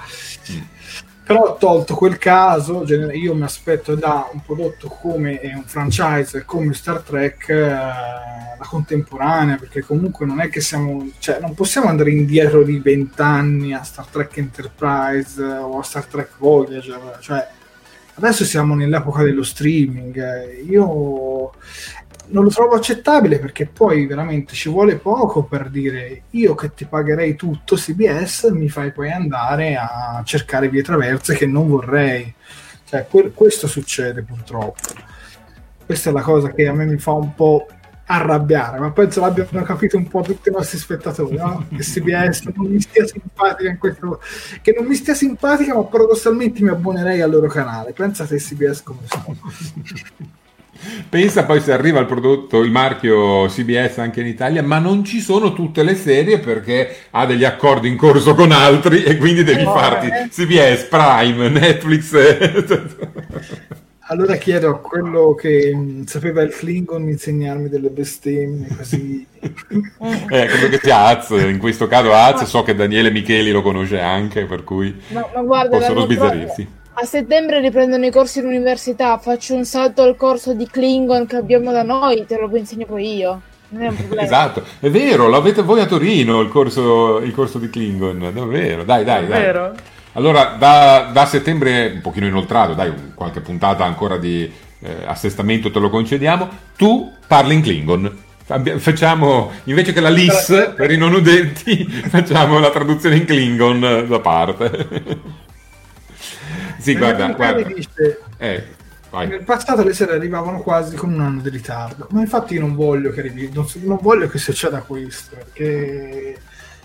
S4: Però tolto quel caso, io mi aspetto da un prodotto come un franchise come Star Trek la contemporanea, perché comunque non è che non possiamo andare indietro di 20 anni a Star Trek Enterprise o a Star Trek Voyager, cioè adesso siamo nell'epoca dello streaming. Io non lo trovo accettabile, perché poi veramente ci vuole poco per dire: io che ti pagherei tutto CBS, mi fai poi andare a cercare vie traverse che non vorrei. Cioè, questo succede purtroppo. Questa è la cosa che a me mi fa un po' arrabbiare, ma penso l'abbiano capito un po' tutti i nostri spettatori, no? Che CBS non mi stia simpatica in questo, che non mi stia simpatica, ma paradossalmente mi abbonerei al loro canale. Pensa se CBS come sta.
S5: Pensa poi se arriva il prodotto, il marchio CBS anche in Italia, ma non ci sono tutte le serie perché ha degli accordi in corso con altri e quindi devi farti CBS, Prime, Netflix.
S4: Allora chiedo a quello che sapeva il Klingon di insegnarmi delle bestemmie, così.
S5: Credo che sia Az, in questo caso Az, so che Daniele Micheli lo conosce anche, per cui
S7: ma guarda,
S5: possono sbizzarrirsi.
S7: A settembre riprendono i corsi all'università, faccio un salto al corso di Klingon che abbiamo da noi, te lo insegno poi io. Non è un problema.
S5: Esatto, è vero, l'avete voi a Torino il corso di Klingon, davvero, dai.
S6: Vero?
S5: Allora da settembre un pochino inoltrato, dai, qualche puntata ancora di assestamento te lo concediamo, tu parli in Klingon. Facciamo, invece che la LIS per i non udenti, facciamo la traduzione in Klingon da parte. Sì, guarda.
S4: Dice,
S5: vai.
S4: nel passato le serie arrivavano quasi con un anno di ritardo, ma infatti io non voglio che arrivi, non voglio che succeda questo, perché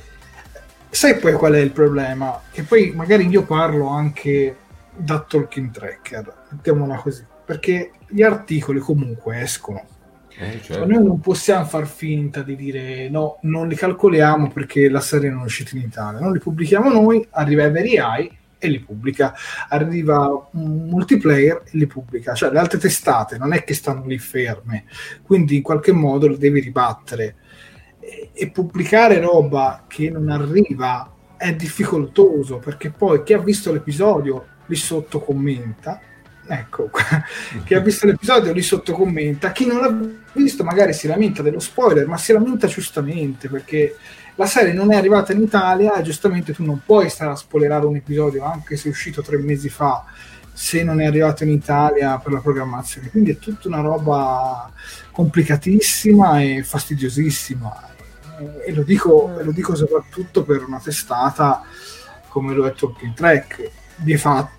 S4: sai poi qual è il problema? Che poi magari io parlo anche da talking tracker, mettiamola così, perché gli articoli comunque escono.
S5: Certo.
S4: Noi non possiamo far finta di dire no, non li calcoliamo perché la serie non è uscita in Italia, non li pubblichiamo noi, arriva Every Eye e li pubblica, arriva un multiplayer e li pubblica, cioè le altre testate non è che stanno lì ferme, quindi in qualche modo le devi ribattere, e pubblicare roba che non arriva è difficoltoso, perché poi chi ha visto l'episodio lì sotto commenta. Ecco, chi ha visto l'episodio lì sotto commenta, chi non l'ha visto magari si lamenta dello spoiler, ma si lamenta giustamente perché la serie non è arrivata in Italia e giustamente tu non puoi stare a spoilerare un episodio anche se è uscito 3 mesi fa, se non è arrivato in Italia per la programmazione. Quindi è tutta una roba complicatissima e fastidiosissima, e lo dico soprattutto per una testata come lo è Talking Track. Di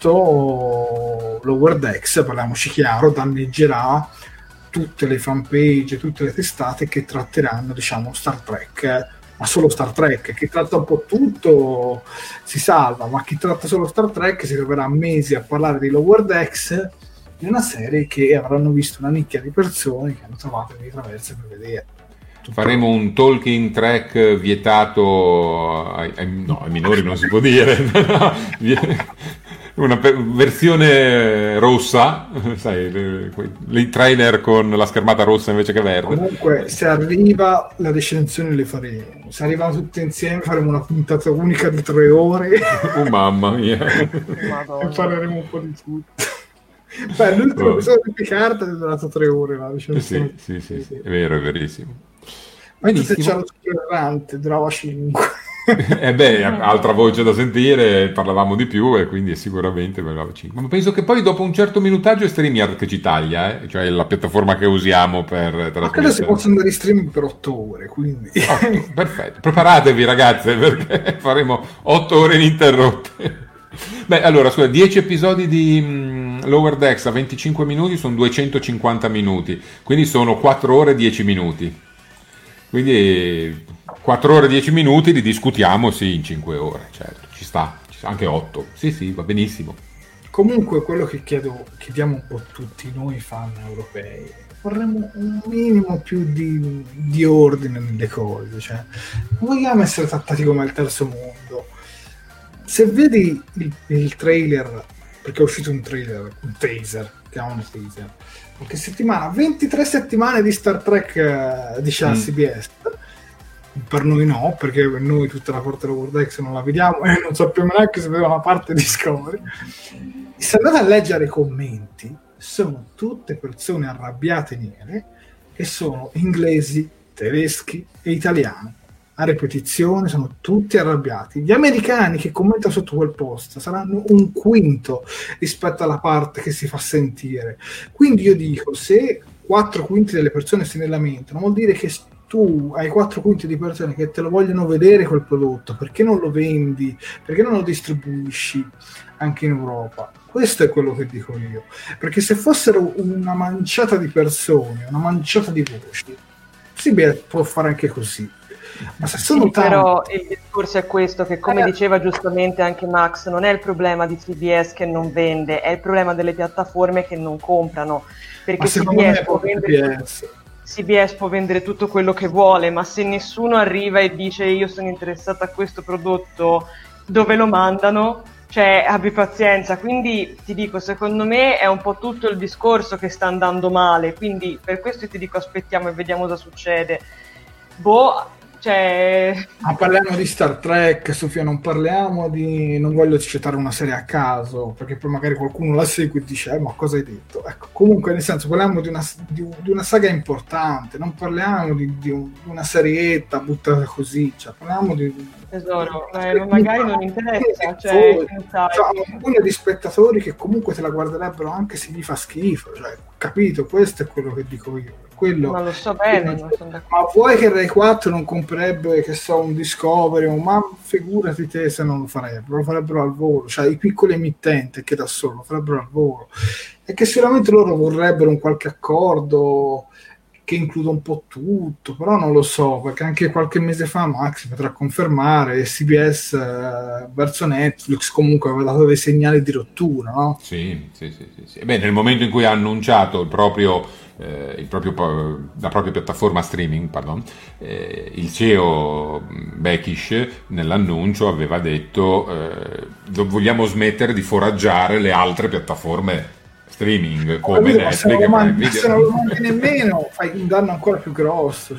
S4: fatto Lower Decks, parliamoci chiaro, danneggerà tutte le fanpage, tutte le testate che tratteranno, diciamo, Star Trek, ma solo Star Trek. Chi tratta un po' tutto si salva, ma chi tratta solo Star Trek si troverà mesi a parlare di Lower Decks, di una serie che avranno visto una nicchia di persone che hanno trovato dei traverse per vedere.
S5: Faremo un talking track vietato ai minori, non si può dire, una versione rossa, sai, i trailer con la schermata rossa invece che verde.
S4: Comunque se arriva la recensione le faremo, se arrivano tutte insieme faremo una puntata unica di 3 ore.
S5: Oh mamma mia.
S4: E parleremo un po' di tutto. Beh, l'ultimo episodio di Picard è durato 3 ore la recensione.
S5: Sì, è vero, è verissimo.
S4: Mentre se c'era lo spoilerante durava 5.
S5: Altra voce da sentire, parlavamo di più e quindi sicuramente durava 5. Ma penso che poi dopo un certo minutaggio è StreamYard che ci taglia, cioè la piattaforma che usiamo per trasmettere.
S4: Ma credo si possono andare in streaming per 8 ore, quindi.
S5: Perfetto, preparatevi ragazze perché faremo 8 ore ininterrotte. Beh, allora, 10 episodi di Lower Decks a 25 minuti sono 250 minuti, quindi sono 4 ore e 10 minuti. Quindi 4 ore e 10 minuti li discutiamo, sì, in 5 ore, certo, ci sta anche 8, sì, va benissimo.
S4: Comunque quello che chiediamo un po' tutti noi fan europei, vorremmo un minimo più di ordine nelle cose, cioè non vogliamo essere trattati come il terzo mondo. Se vedi il trailer, perché è uscito un teaser, chiamano teaser, qualche settimana, 23 settimane di Star Trek, dice la CBS. Per noi no, perché per noi tutta la parte Lower Decks non la vediamo e non sappiamo neanche se vedeva una parte di Discovery. Se andate a leggere i commenti, sono tutte persone arrabbiate nere che sono inglesi, tedeschi e italiani. A ripetizione sono tutti arrabbiati. Gli americani che commentano sotto quel post saranno un quinto rispetto alla parte che si fa sentire. Quindi io dico, se 4/5 delle persone se ne lamentano, vuol dire che tu hai 4/5 di persone che te lo vogliono vedere quel prodotto, perché non lo vendi, perché non lo distribuisci anche in Europa. Questo è quello che dico io, perché se fossero una manciata di persone, una manciata di voci, sì, può fare anche così. Ma se sono
S6: però il discorso è questo, che come diceva giustamente anche Max, non è il problema di CBS che non vende, è il problema delle piattaforme che non comprano, perché CBS può vendere tutto quello che vuole, ma se nessuno arriva e dice io sono interessato a questo prodotto, dove lo mandano? Cioè, abbi pazienza. Quindi ti dico, secondo me è un po' tutto il discorso che sta andando male, quindi per questo ti dico aspettiamo e vediamo cosa succede.
S4: Ma parliamo di Star Trek, Sofia, non voglio citare una serie a caso, perché poi magari qualcuno la segue e dice ma cosa hai detto? Ecco, comunque nel senso parliamo di una saga importante, non parliamo di una serietta buttata così, cioè parliamo di
S6: tesoro, magari non interessa,
S4: una di spettatori che comunque te la guarderebbero anche se gli fa schifo, cioè, capito? Questo è quello che dico io.
S6: Ma lo so bene,
S4: ma vuoi che Rai 4 non comprerebbe, che so, un Discovery, ma figurati te se non lo farebbero al volo, cioè i piccoli emittenti che da solo lo farebbero al volo, e che sicuramente loro vorrebbero un qualche accordo che includa un po' tutto, però non lo so, perché anche qualche mese fa Max potrà confermare, CBS verso Netflix comunque aveva dato dei segnali di rottura, no?
S5: Sì. Beh, nel momento in cui ha annunciato la propria piattaforma streaming, il CEO Bekish nell'annuncio aveva detto vogliamo smettere di foraggiare le altre piattaforme streaming come Netflix,
S4: se non lo manchi nemmeno fai un danno ancora più grosso,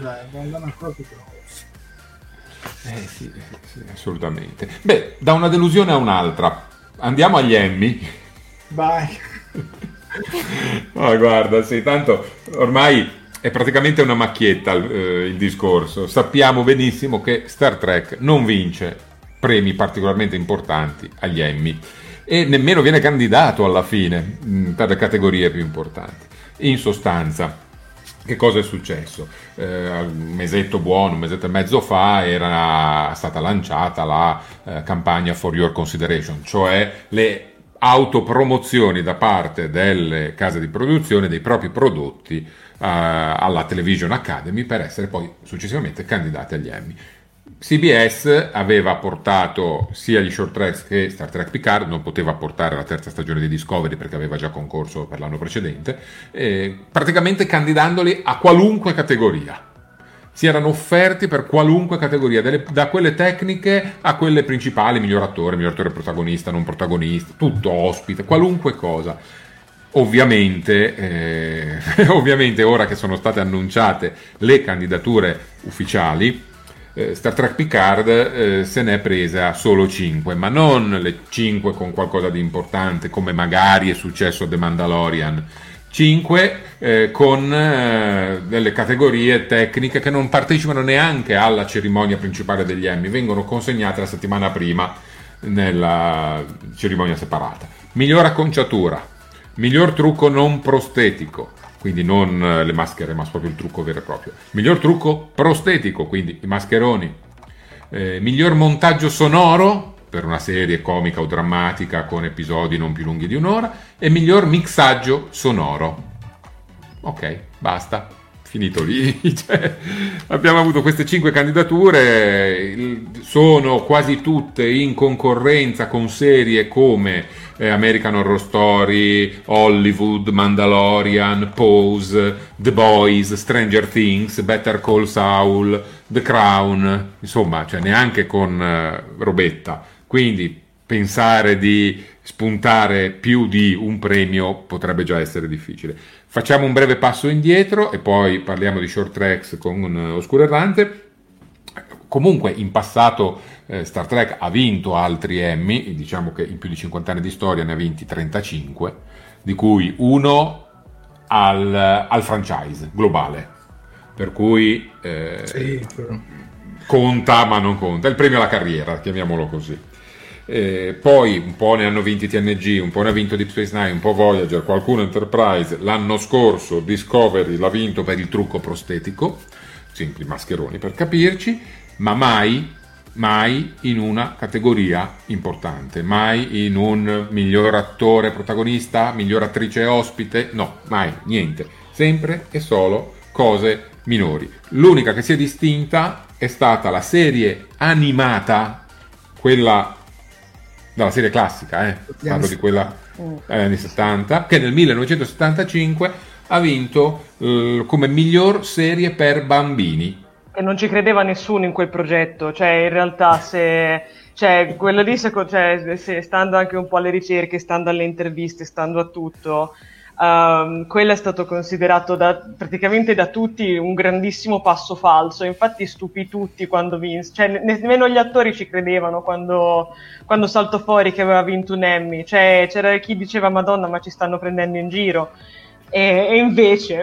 S5: sì, assolutamente. Beh, da una delusione a un'altra andiamo agli Emmy.
S4: Vai.
S5: Oh, guarda, sì, tanto ormai è praticamente una macchietta il discorso. Sappiamo benissimo che Star Trek non vince premi particolarmente importanti agli Emmy e nemmeno viene candidato alla fine per le categorie più importanti. In sostanza, che cosa è successo? Un mesetto e mezzo fa era stata lanciata la campagna For Your Consideration, cioè le autopromozioni da parte delle case di produzione dei propri prodotti alla Television Academy per essere poi successivamente candidati agli Emmy. CBS aveva portato sia gli short tracks che Star Trek Picard, non poteva portare la terza stagione di Discovery perché aveva già concorso per l'anno precedente, praticamente candidandoli a qualunque categoria. Si erano offerti per qualunque categoria, da quelle tecniche a quelle principali, miglior attore protagonista, non protagonista, tutto, ospite, qualunque cosa. Ovviamente ora che sono state annunciate le candidature ufficiali, Star Trek Picard se n'è presa solo 5, ma non le 5 con qualcosa di importante come magari è successo a The Mandalorian, 5 con delle categorie tecniche che non partecipano neanche alla cerimonia principale degli Emmy, vengono consegnate la settimana prima nella cerimonia separata. Miglior acconciatura, miglior trucco non prostetico, quindi non le maschere ma proprio il trucco vero e proprio, miglior trucco prostetico, quindi i mascheroni, miglior montaggio sonoro per una serie comica o drammatica con episodi non più lunghi di un'ora, e miglior mixaggio sonoro. Ok, basta, finito lì. Cioè, abbiamo avuto queste 5 candidature, sono quasi tutte in concorrenza con serie come American Horror Story, Hollywood, Mandalorian, Pose, The Boys, Stranger Things, Better Call Saul, The Crown, insomma, cioè neanche con robetta. Quindi pensare di spuntare più di un premio potrebbe già essere difficile. Facciamo un breve passo indietro e poi parliamo di short tracks con Oscuro Errante. Comunque in passato Star Trek ha vinto altri Emmy, diciamo che in più di 50 anni di storia ne ha vinti 35, di cui uno al franchise globale, per cui conta ma non conta, è il premio alla carriera, chiamiamolo così. Poi un po' ne hanno vinti TNG, un po' ne ha vinto Deep Space Nine, un po' Voyager, qualcuno Enterprise. L'anno scorso Discovery l'ha vinto per il trucco prostetico, sempre i mascheroni per capirci, ma mai in una categoria importante, mai in un miglior attore protagonista, miglior attrice ospite, no, mai, niente, sempre e solo cose minori. L'unica che si è distinta è stata la serie animata, quella dalla serie classica, parlo di quella anni 70, che nel 1975 ha vinto come miglior serie per bambini.
S6: E non ci credeva nessuno in quel progetto, cioè in realtà quello lì, se stando anche un po' alle ricerche, stando alle interviste, stando a tutto, quello è stato considerato praticamente da tutti un grandissimo passo falso. Infatti stupì tutti quando vinse, cioè nemmeno gli attori ci credevano quando saltò fuori che aveva vinto un Emmy, cioè c'era chi diceva Madonna, ma ci stanno prendendo in giro, e invece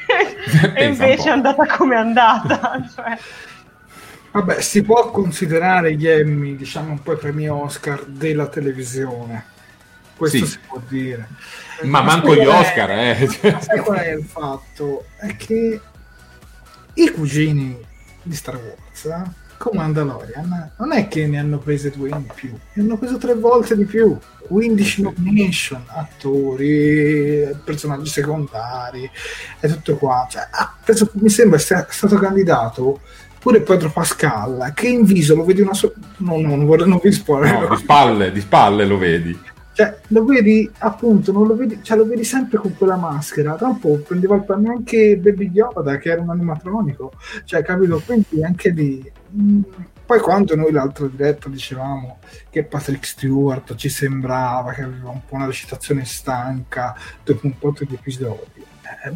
S6: è andata come è andata. Cioè.
S4: Vabbè, si può considerare gli Emmy, diciamo, un po' i premi Oscar della televisione, questo
S5: sì.
S4: Si può dire.
S5: Ma manco gli Oscar,
S4: Sai qual è il fatto? È che i cugini di Star Wars, con Mandalorian, non è che ne hanno prese 2 in più, ne hanno preso 3 volte di più, 15 nomination, attori, personaggi secondari e tutto qua. Cioè, mi sembra sia stato candidato pure Pedro Pascal, che in viso lo vedi non vi spoiler.
S5: No, di spalle lo vedi.
S4: Cioè, lo vedi appunto, non lo vedi, cioè lo vedi sempre con quella maschera. Tra un po' prendeva il panno anche Baby Yoda, che era un animatronico, cioè, capito? Quindi anche lì. Poi quando noi l'altra diretta dicevamo che Patrick Stewart ci sembrava che aveva un po' una recitazione stanca dopo un po' di episodi,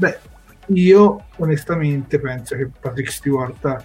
S4: io onestamente penso che Patrick Stewart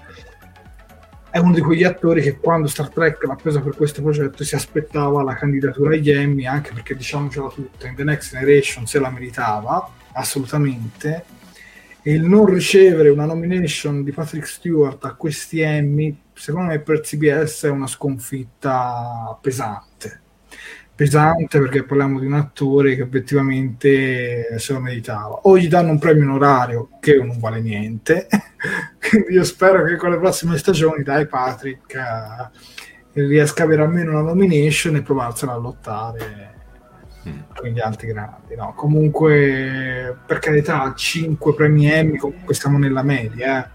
S4: è uno di quegli attori che quando Star Trek l'ha preso per questo progetto si aspettava la candidatura agli Emmy, anche perché, diciamocela tutta, in The Next Generation se la meritava assolutamente, e il non ricevere una nomination di Patrick Stewart a questi Emmy secondo me per CBS è una sconfitta pesante, perché parliamo di un attore che obiettivamente se lo meritava. O gli danno un premio onorario che non vale niente quindi io spero che con le prossime stagioni Patrick riesca a avere almeno una nomination e provarsela a lottare con gli altri grandi, no? Comunque, per carità, 5 premi Emmy, comunque siamo nella media,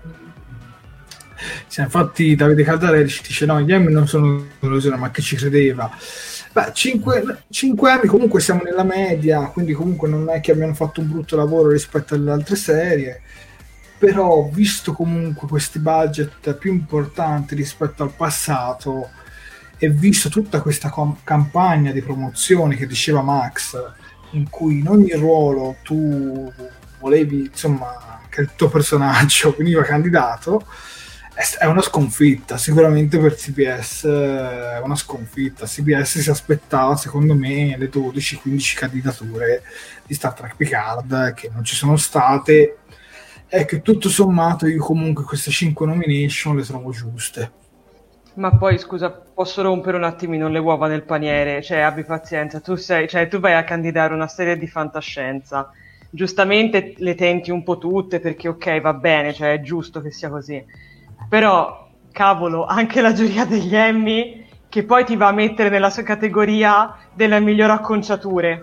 S4: Sì, infatti Davide Caldarelli ci dice no, gli Emmy non sono un'illusione, ma che ci credeva. 5 anni comunque siamo nella media, quindi comunque non è che abbiano fatto un brutto lavoro rispetto alle altre serie, però visto comunque questi budget più importanti rispetto al passato e visto tutta questa campagna di promozione che diceva Max, in cui in ogni ruolo tu volevi insomma che il tuo personaggio veniva candidato, è una sconfitta sicuramente per CBS, è una sconfitta. CBS si aspettava secondo me le 12-15 candidature di Star Trek Picard che non ci sono state, e che tutto sommato io comunque queste 5 nomination le trovo giuste.
S6: Ma poi scusa, posso rompere un attimino le uova nel paniere? Cioè, abbi pazienza, tu vai a candidare una serie di fantascienza, giustamente le tenti un po' tutte perché ok, va bene, cioè è giusto che sia così, però cavolo, anche la giuria degli Emmy che poi ti va a mettere nella sua categoria delle migliori acconciature.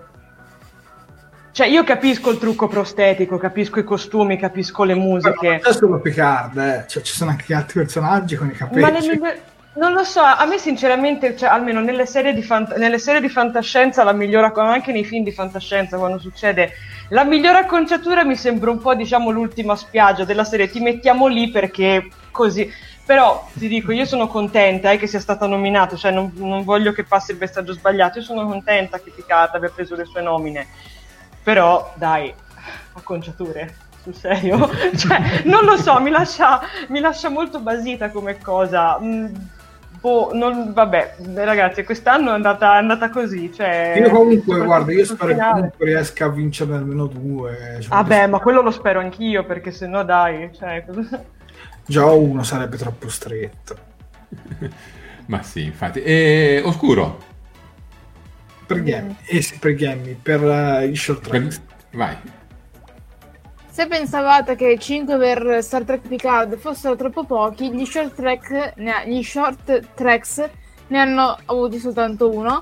S6: Cioè io capisco il trucco prostetico, capisco i costumi, capisco le musiche.
S4: Ma non è solo Picard, cioè ci sono anche altri personaggi con i capelli.
S6: Non lo so, a me sinceramente, cioè, almeno nelle serie di fantascienza, la migliore, anche nei film di fantascienza quando succede, la migliore acconciatura mi sembra un po', diciamo, l'ultima spiaggia della serie, ti mettiamo lì perché così. Però ti dico, io sono contenta che sia stata nominato, cioè non voglio che passi il messaggio sbagliato, io sono contenta che Picard abbia preso le sue nomine, però dai, acconciature. Sul serio? Cioè, non lo so, mi lascia molto basita come cosa. Vabbè, ragazzi, quest'anno è andata così. Cioè,
S4: io comunque, guarda, io spero che comunque riesca a vincere almeno 2. Cioè,
S6: vabbè, ma quello lo spero anch'io, perché sennò dai. Cioè...
S4: Già uno sarebbe troppo stretto.
S5: Ma sì, infatti. E Oscuro?
S4: Per gli Emmy. Sì, per gli Emmy, per i short tracks.
S5: Vai.
S7: Se pensavate che 5 per Star Trek Picard fossero troppo pochi, gli short tracks ne hanno avuti soltanto uno.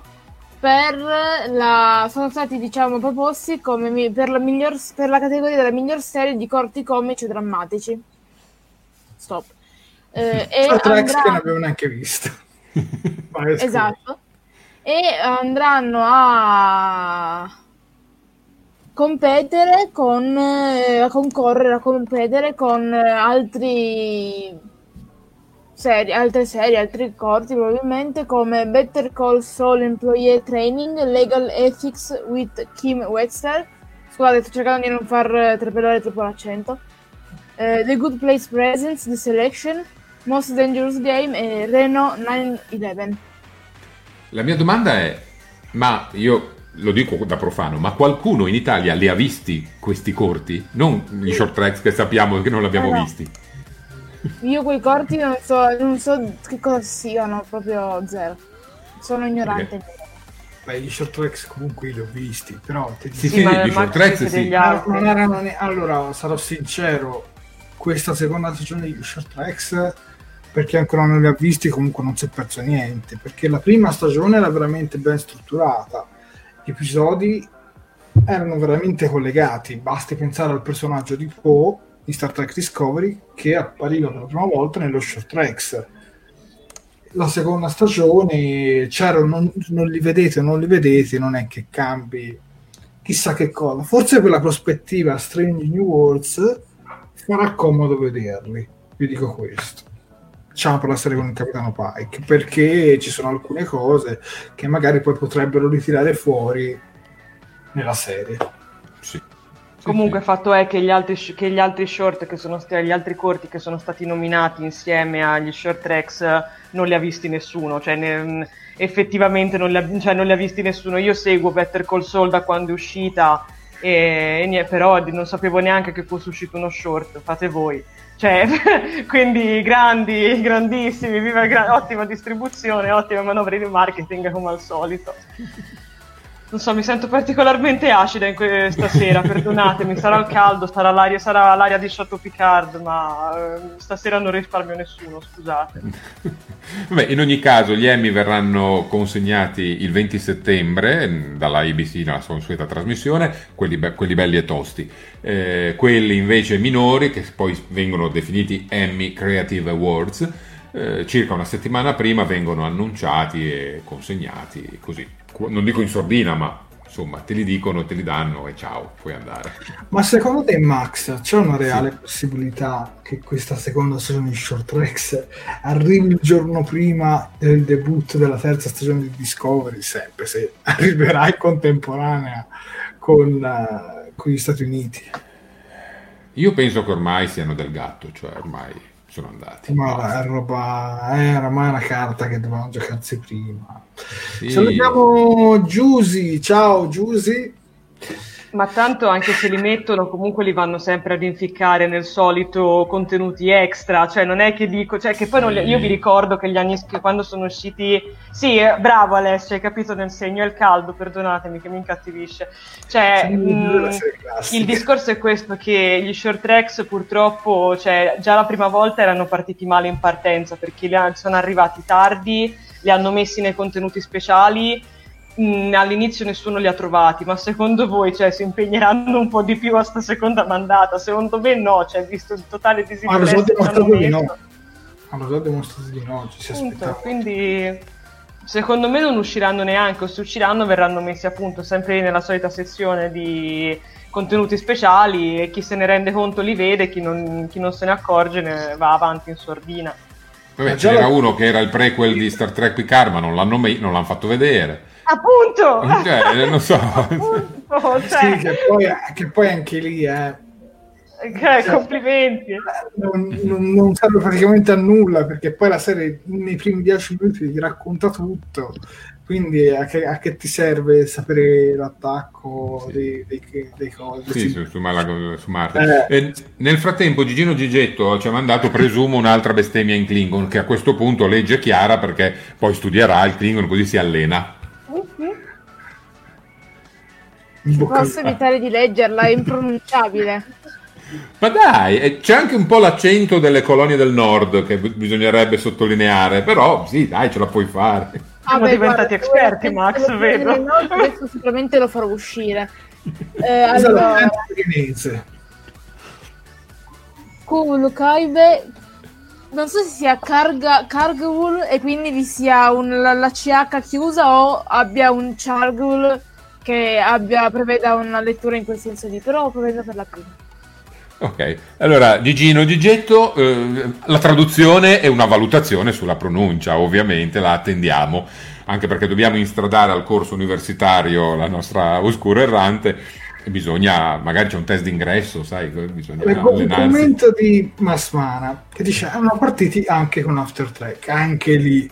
S7: Sono stati, diciamo, proposti come per la categoria della miglior serie di corti comici o drammatici. Stop.
S4: Star Trek che non abbiamo neanche visto.
S7: Esatto. E andranno a competere a competere con altre serie, altri corti probabilmente, come Better Call Saul Employee Training, Legal Ethics with Kim Wexler, Scusate, sto cercando di non far trepidare troppo l'accento. The Good Place Presents, The Selection, Most Dangerous Game e Reno 911.
S5: La mia domanda è, ma io lo dico da profano, ma qualcuno in Italia li ha visti questi corti? Non gli short tracks che sappiamo che non l'abbiamo visti.
S7: Io quei corti non so che cosa siano, proprio zero. Sono ignorante.
S4: Beh, gli short tracks comunque li ho visti, però
S5: sì, gli short tracks sì.
S4: Non erano allora, sarò sincero, questa seconda stagione di short tracks, perché ancora non li ha visti, comunque non si è perso niente, perché la prima stagione era veramente ben strutturata, gli episodi erano veramente collegati, basti pensare al personaggio di Poe di Star Trek Discovery che appariva per la prima volta nello short tracks. La seconda stagione c'erano, non li vedete, non è che cambi chissà che cosa, forse per la prospettiva Strange New Worlds farà comodo vederli, vi dico questo, diciamo, per la serie con il Capitano Pike, perché ci sono alcune cose che magari poi potrebbero ritirare fuori nella serie.
S5: Sì.
S6: Comunque fatto è che gli altri short che sono stati, gli altri corti che sono stati nominati insieme agli short tracks non li ha visti nessuno, cioè effettivamente non li ha visti nessuno. Io seguo Better Call Saul da quando è uscita però non sapevo neanche che fosse uscito uno short, fate voi. Cioè, quindi grandissimi, ottima distribuzione, ottime manovre di marketing come al solito. Non so, mi sento particolarmente acida in questa sera, perdonatemi, sarà il caldo, sarà l'aria di Chateau Picard, ma stasera non risparmio nessuno, scusate.
S5: Vabbè, in ogni caso gli Emmy verranno consegnati il 20 settembre dalla ABC nella sua consueta trasmissione, quelli belli e tosti. Quelli invece minori, che poi vengono definiti Emmy Creative Awards, circa una settimana prima vengono annunciati e consegnati così. Non dico in sordina, ma insomma te li dicono, te li danno e ciao, puoi andare.
S4: Ma secondo te, Max, c'è una reale possibilità che questa seconda stagione di Short Tracks arrivi il giorno prima del debutto della terza stagione di Discovery, sempre se arriverà in contemporanea con gli Stati Uniti?
S5: Io penso che ormai siano del gatto, cioè ormai sono andati.
S4: Ma è roba, era mai una carta che dovevano giocarsi prima.
S5: Sì.
S4: Salutiamo Giusy, ciao Giusy.
S6: Ma tanto anche se li mettono comunque li vanno sempre ad inficcare nel solito contenuti extra, cioè non è che dico, cioè che poi io vi ricordo che gli anni che quando sono usciti, sì, bravo Alessio, hai capito nel segno, è il caldo, perdonatemi che mi incattivisce, cioè il discorso è questo, che gli short tracks purtroppo, cioè già la prima volta erano partiti male in partenza perché sono arrivati tardi, li hanno messi nei contenuti speciali. All'inizio nessuno li ha trovati, ma secondo voi, cioè, si impegneranno un po' di più a sta seconda mandata? Secondo me no, cioè, visto il totale disinteresse che hanno messo.
S4: Hanno dimostrato di no, ci si aspettava.
S6: Quindi secondo me non usciranno neanche, o se usciranno verranno messi appunto sempre nella solita sezione di contenuti speciali e chi se ne rende conto li vede, chi non se ne accorge ne va avanti in sordina.
S5: Vabbè, c'era uno che era il prequel di Star Trek Picard, ma non l'hanno fatto vedere.
S6: Appunto!
S5: Non so.
S6: Appunto, cioè.
S4: Sì, che poi anche lì
S6: complimenti.
S4: Non serve praticamente a nulla, perché poi la serie nei primi 10 minuti ti racconta tutto, quindi a che ti serve sapere l'attacco dei cose?
S5: Sì, su Marte. Nel frattempo Gigino Gigetto ci ha mandato, presumo, un'altra bestemmia in Klingon, che a questo punto legge chiara perché poi studierà il Klingon, così si allena.
S7: Posso evitare di leggerla, è impronunciabile.
S5: Ma dai, c'è anche un po' l'accento delle colonie del nord che bisognerebbe sottolineare, però sì, dai, ce la puoi fare.
S6: Siamo diventati esperti, Max, vedo.
S7: Adesso sicuramente lo farò uscire.
S4: Allora,
S7: Kaibe, non so se sia Cargul e quindi vi sia la CH chiusa o abbia un Chargul che preveda una lettura in quel senso lì, però preveda per la prima.
S5: Ok, allora Gigino Gigetto, la traduzione è una valutazione sulla pronuncia, ovviamente la attendiamo, anche perché dobbiamo instradare al corso universitario la nostra oscura errante, bisogna, magari c'è un test d'ingresso, sai, bisogna
S4: Leggo un
S5: allenarsi.
S4: commento di Masmana che dice hanno partiti anche con After Track, anche lì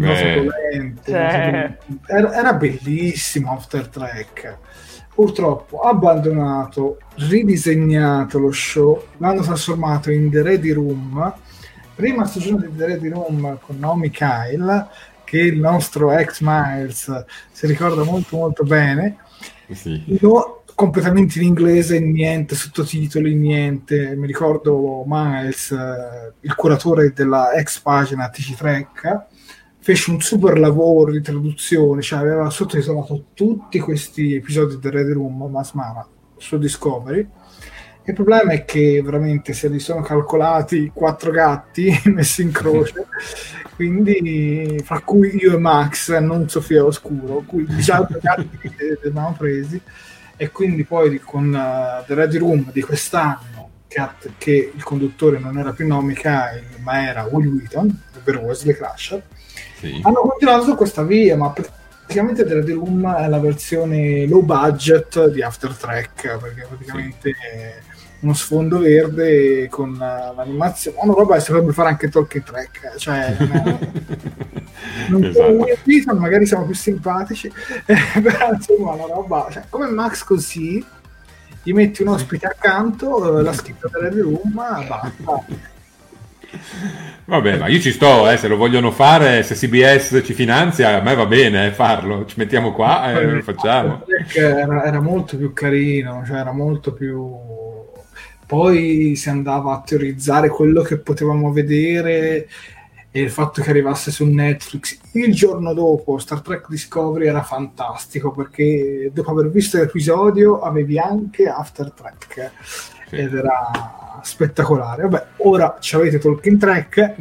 S4: era bellissimo After Track. Purtroppo abbandonato, ridisegnato lo show, l'hanno trasformato in The Ready Room, prima stagione di The Ready Room con Naomi Kyle, che il nostro ex Miles si ricorda molto molto bene.
S5: Sì.
S4: Completamente in inglese, niente sottotitoli, niente. Mi ricordo Miles, il curatore della ex pagina TC Trek, fece un super lavoro di traduzione, cioè aveva sottotitolato tutti questi episodi del Red Room Masmara su Discovery. Il problema è che veramente se li sono calcolati 4 gatti messi in croce, quindi fra cui io e Max, non Sofia Oscuro, cui 19 gatti li abbiamo presi, e quindi poi con The Ready Room di quest'anno, che il conduttore non era più Naomi Kyle ma era Will Wheaton, ovvero Wesley Crusher,
S5: Sì.
S4: hanno continuato su questa via, ma praticamente The Ready Room è la versione low budget di After Track, perché praticamente è uno sfondo verde con l'animazione, una roba che si potrebbe fare anche Talking Track, cioè non
S5: Esatto.
S4: magari siamo più simpatici, però insomma una roba, cioè, come Max così gli metti un ospite accanto, la scritta della room, basta.
S5: Vabbè, ma io ci sto, se lo vogliono fare, se CBS ci finanzia, a me va bene farlo, ci mettiamo qua e lo facciamo.
S4: Era molto più carino, cioè era molto più... Poi si andava a teorizzare quello che potevamo vedere e il fatto che arrivasse su Netflix il giorno dopo Star Trek Discovery era fantastico, perché dopo aver visto l'episodio avevi anche After Trek, sì. Ed era spettacolare. Vabbè, ora ci avete Talking Track.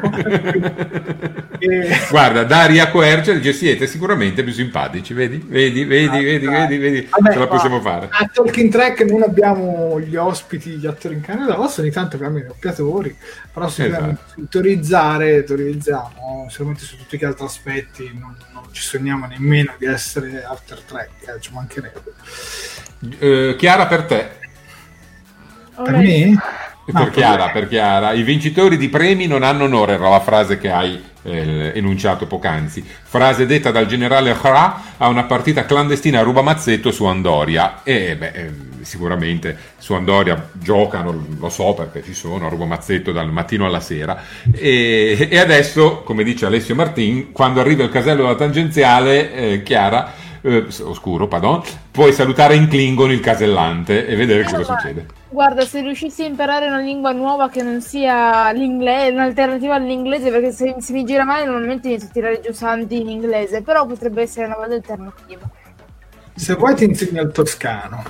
S5: Guarda, Daria Quercia dice siete sicuramente più simpatici, vedi?
S4: Vabbè,
S5: ce la possiamo fare.
S4: A Talking Track non abbiamo gli ospiti, gli attori in Canada, ogni tanto abbiamo i doppiatori, però sicuramente teorizziamo sicuramente su tutti gli altri aspetti, non ci sogniamo nemmeno di essere After Track, ci mancherebbe.
S5: Chiara, per te.
S4: Per me?
S5: Per Chiara, i vincitori di premi non hanno onore, era la frase che hai enunciato poc'anzi, frase detta dal generale Hra a una partita clandestina a rubamazzetto su Andoria, e sicuramente su Andoria giocano, lo so perché ci sono a rubamazzetto dal mattino alla sera, e adesso, come dice Alessio Martin, quando arriva il casello della tangenziale, Chiara, oscuro, pardon, puoi salutare in Klingon il casellante e vedere cosa succede.
S7: Guarda, se riuscissi a imparare una lingua nuova che non sia l'inglese, un'alternativa all'inglese, perché se mi gira male normalmente inizio a tirare giù santi in inglese, però potrebbe essere una bella alternativa.
S4: Se vuoi ti insegno il toscano.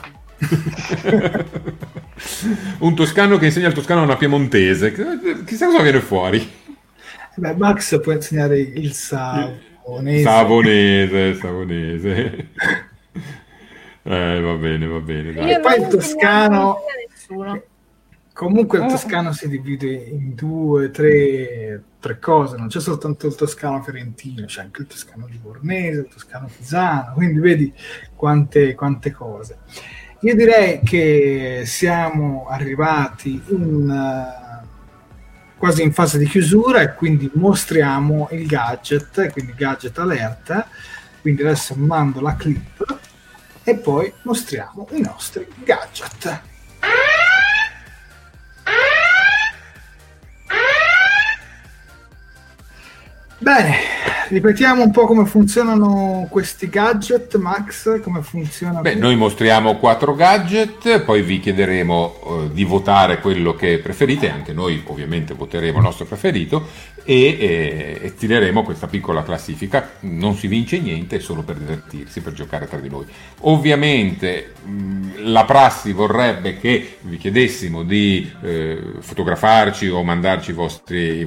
S5: Un toscano che insegna il toscano a una piemontese, chissà cosa viene fuori.
S4: Beh, Max può insegnare il savonese. Va
S5: bene. Dai.
S4: E poi il toscano, comunque il toscano si divide in 2-3 cose, non c'è soltanto il toscano fiorentino, c'è anche il toscano livornese, il toscano pisano, quindi vedi quante cose. Io direi che siamo arrivati quasi in fase di chiusura, e quindi mostriamo il gadget, quindi gadget alert. Quindi adesso mando la clip e poi mostriamo i nostri gadget. Bene, ripetiamo un po' come funzionano questi gadget, Max, come funziona?
S5: Beh, noi mostriamo 4 gadget, poi vi chiederemo di votare quello che preferite, anche noi ovviamente voteremo il nostro preferito e stileremo questa piccola classifica. Non si vince niente, è solo per divertirsi, per giocare tra di noi. Ovviamente la prassi vorrebbe che vi chiedessimo di fotografarci o mandarci i vostri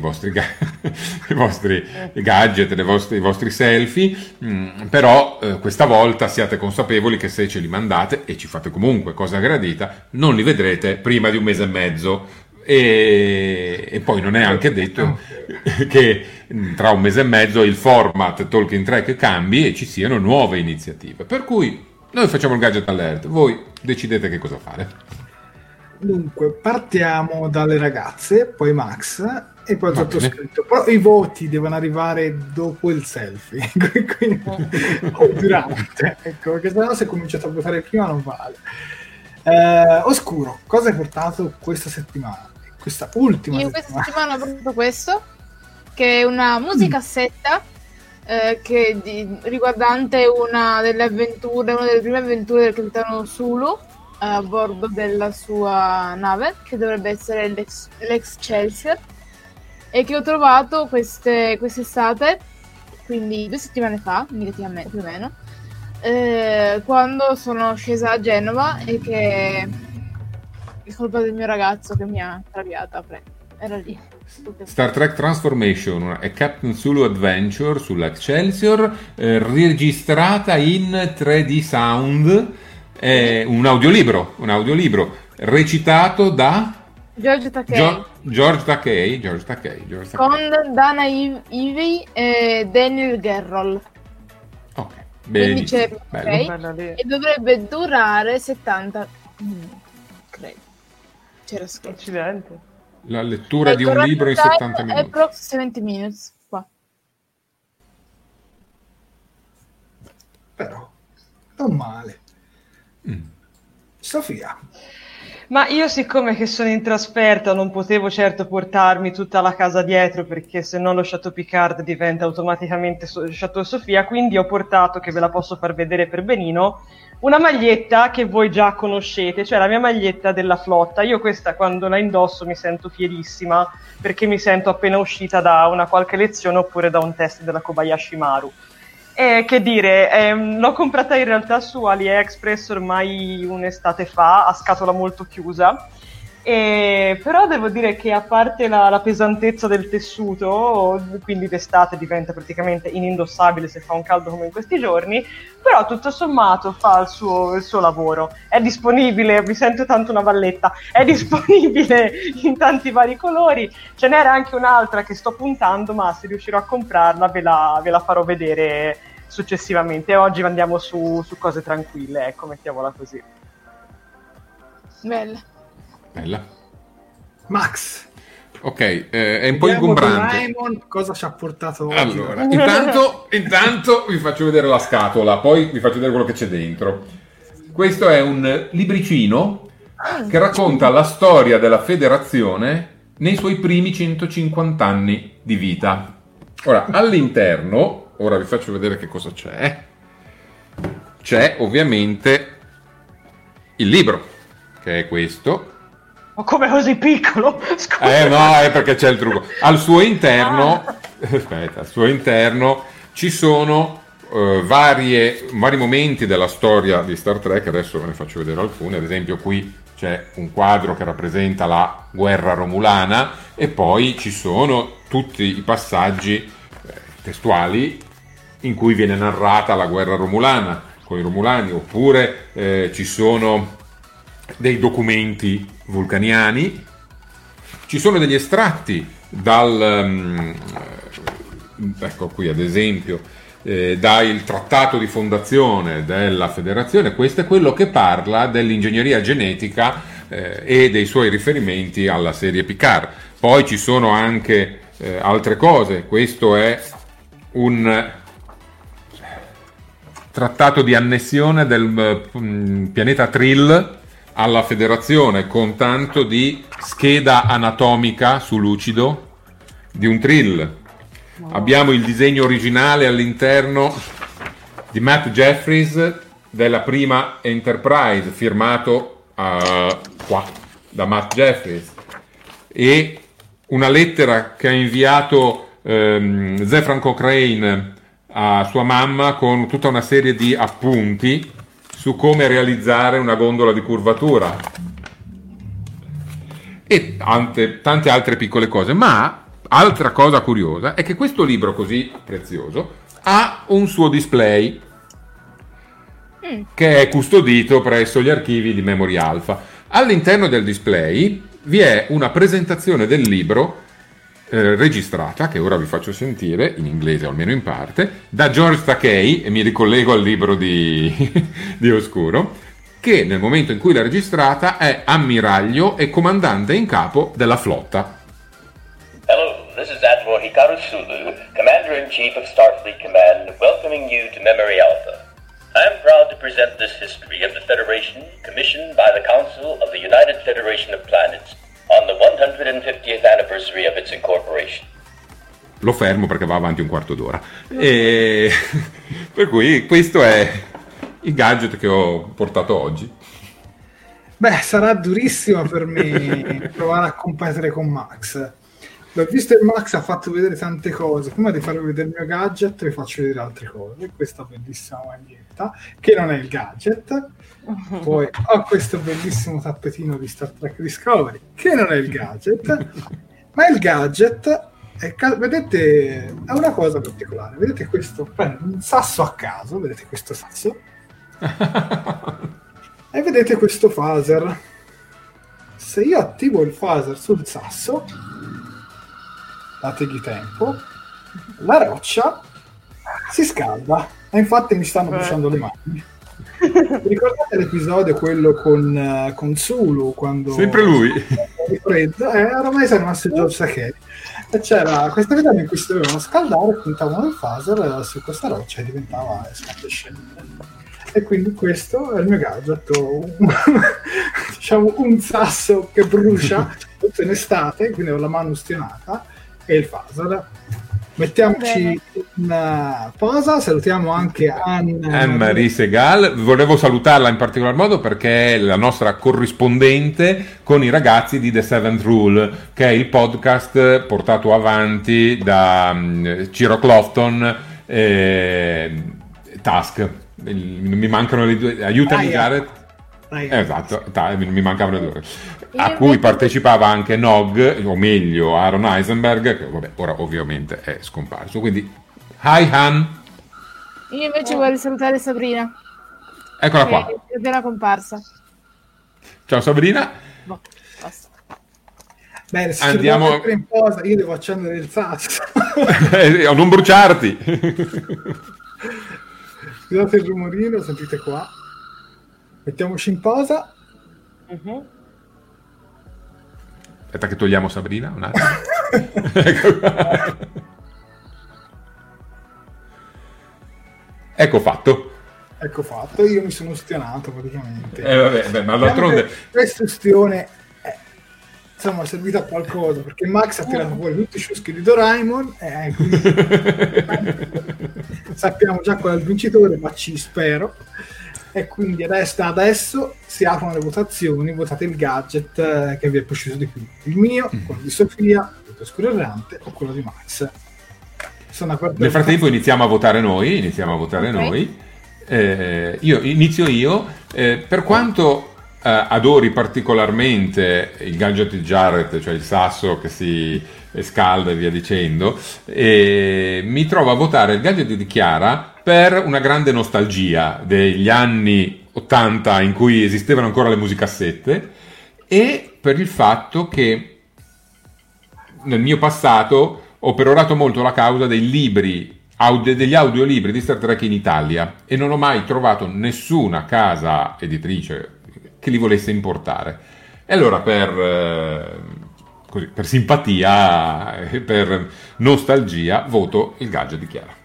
S5: gadget, i vostri selfie, però questa volta siate consapevoli che se ce li mandate e ci fate comunque cosa gradita, non li vedrete prima di 1 mese e mezzo, e poi non è anche detto che tra 1 mese e mezzo il format Talking Track cambi e ci siano nuove iniziative, per cui Noi facciamo il gadget alert, voi decidete che cosa fare.
S4: Dunque, partiamo dalle ragazze, poi Max e poi il sottoscritto. Però i voti devono arrivare dopo il selfie, quindi, o durante, ecco, perché sennò se cominciate a votare prima non vale. Oscuro, cosa hai portato questa settimana? Questa ultima
S7: Io
S4: settimana?
S7: questa settimana ho portato questo, che è una musicassetta riguardante una delle prime avventure del capitano Sulu a bordo della sua nave, che dovrebbe essere l'Excelsior, e che ho trovato quest'estate, quindi 2 settimane fa, indicativamente più o meno, quando sono scesa a Genova, e che è colpa del mio ragazzo che mi ha traviata, era lì.
S5: Star Trek Transformation e Captain Sulu Adventure sull'Excelsior, registrata in 3D Sound, un audiolibro recitato da
S7: George Takei.
S5: George Takei.
S7: Con Dana Ivey e Daniel Gerrold.
S5: Ok,
S7: Quindi c'è
S5: bello.
S7: e dovrebbe durare 70 minuti, credo. C'era scritto.
S6: Accidente.
S5: La lettura di un libro in 70 minuti.
S7: Approx 70 minutes qua.
S4: Però non male. Sofia.
S6: Ma io, siccome che sono in trasferta, non potevo certo portarmi tutta la casa dietro, perché se no lo Chateau Picard diventa automaticamente Chateau Sofia, quindi ho portato, che ve la posso far vedere per benino, una maglietta che voi già conoscete, cioè la mia maglietta della flotta. Io questa, quando la indosso, mi sento fierissima, perché mi sento appena uscita da una qualche lezione oppure da un test della Kobayashi Maru. Che dire, l'ho comprata in realtà su AliExpress ormai un'estate fa, a scatola molto chiusa, però devo dire che, a parte la pesantezza del tessuto, quindi d'estate diventa praticamente inindossabile se fa un caldo come in questi giorni, però tutto sommato fa il suo lavoro. È disponibile, mi sento tanto una valletta, è disponibile in tanti vari colori. Ce n'era anche un'altra che sto puntando, ma se riuscirò a comprarla ve la farò vedere successivamente. Oggi andiamo su cose tranquille, ecco, mettiamola così.
S7: Bella.
S4: Max.
S5: Ok, è un po' ingombrante.
S4: Doraemon, cosa ci ha portato oggi?
S5: Allora, intanto vi faccio vedere la scatola, poi vi faccio vedere quello che c'è dentro. Questo è un libricino che racconta la storia della federazione nei suoi primi 150 anni di vita. Ora, all'interno, ora vi faccio vedere che cosa c'è. C'è ovviamente il libro, che è questo.
S6: Ma come così piccolo? Scusa.
S5: No, è perché c'è il trucco. Al suo interno, al suo interno ci sono vari momenti della storia di Star Trek. Adesso ve ne faccio vedere alcuni. Ad esempio, qui c'è un quadro che rappresenta la guerra romulana, e poi ci sono tutti i passaggi testuali in cui viene narrata la guerra romulana con i romulani, oppure ci sono dei documenti vulcaniani, ci sono degli estratti ecco qui ad esempio dal trattato di fondazione della federazione. Questo è quello che parla dell'ingegneria genetica e dei suoi riferimenti alla serie Picard. Poi ci sono anche altre cose. Questo è un trattato di annessione del pianeta Trill alla federazione, con tanto di scheda anatomica su lucido di un Trill. Abbiamo il disegno originale all'interno di Matt Jeffries della prima Enterprise, firmato qua da Matt Jeffries, e una lettera che ha inviato Zefran Cochrane a sua mamma, con tutta una serie di appunti su come realizzare una gondola di curvatura e tante altre piccole cose. Ma altra cosa curiosa è che questo libro così prezioso ha un suo display che è custodito presso gli archivi di Memory Alpha. All'interno del display vi è una presentazione del libro registrata, che ora vi faccio sentire, in inglese o almeno in parte, da George Takei, e mi ricollego al libro di Oscuro, che nel momento in cui l'ha registrata è ammiraglio e comandante in capo della flotta.
S8: Hello, this is Admiral Hikaru Sulu, Commander-in-Chief of Starfleet Command, welcoming you to Memory Alpha. I am proud to present this history of the Federation commissioned by the Council of the United Federation of Planets on the 150th anniversary of its incorporation.
S5: Lo fermo perché va avanti un quarto d'ora. E per cui questo è il gadget che ho portato oggi.
S4: Beh, sarà durissimo per me provare a competere con Max. L'ho visto che Max ha fatto vedere tante cose. Prima di farvi vedere il mio gadget vi faccio vedere altre cose. Questa bellissima maglietta che non è il gadget. Poi ho questo bellissimo tappetino di Star Trek Discovery che non è il gadget. Ma il gadget vedete, è una cosa particolare. Vedete questo? Prendo un sasso a caso. Vedete questo sasso? E vedete questo phaser. Se io attivo il phaser sul sasso, dategli tempo, la roccia si scalda e infatti mi stanno bruciando le mani. Ricordate l'episodio quello con Sulu, quando
S5: sempre lui
S4: di freddo, ormai si è rimasto George Takei e c'era questa video in cui si dovevano scaldare e puntavano il phaser su questa roccia e diventava escandescente. E quindi questo è il mio gadget, diciamo un sasso che brucia tutto in estate, quindi ho la mano ustionata e il phaser. Mettiamoci una pausa, salutiamo anche Anne-Marie
S5: Segal. Volevo salutarla in particolar modo perché è la nostra corrispondente con i ragazzi di The Seventh Rule, che è il podcast portato avanti da Ciro Clofton e Tusk. Mi mancano le due, aiutami Jared. Esatto, mi mancavano le due, a cui partecipava anche Nog, o meglio Aaron Eisenberg, che vabbè, ora ovviamente è scomparso. Quindi hi Han.
S7: Io invece vorrei salutare Sabrina,
S5: eccola qua,
S7: è appena comparsa.
S5: Ciao Sabrina.
S7: No, basta.
S4: Bene, se
S5: andiamo
S4: in posa, io devo accendere il sasso.
S5: Non bruciarti.
S4: Scusate il rumorino, sentite qua. Mettiamoci in posa.
S5: Aspetta che togliamo Sabrina un attimo. Ecco fatto.
S4: Ecco fatto, io mi sono ustionato praticamente.
S5: Ma d'altronde
S4: questa ustione insomma è servita a qualcosa, perché Max ha tirato fuori tutti i ciuschi di Doraemon quindi sappiamo già qual è il vincitore, ma ci spero. E quindi adesso si aprono le votazioni, votate il gadget che vi è piaciuto di più, il mio, quello di Sofia, quello Oscuro Errante o quello di Max.
S5: Nel frattempo iniziamo a votare noi. Inizio per quanto adori particolarmente il gadget di Jared, cioè il sasso che si scalda e via dicendo, mi trovo a votare il gadget di Chiara per una grande nostalgia degli anni 80 in cui esistevano ancora le musicassette, e per il fatto che nel mio passato ho perorato molto la causa dei libri degli audiolibri di Star Trek in Italia e non ho mai trovato nessuna casa editrice che li volesse importare. E allora per simpatia e per nostalgia voto il gadget di Chiara.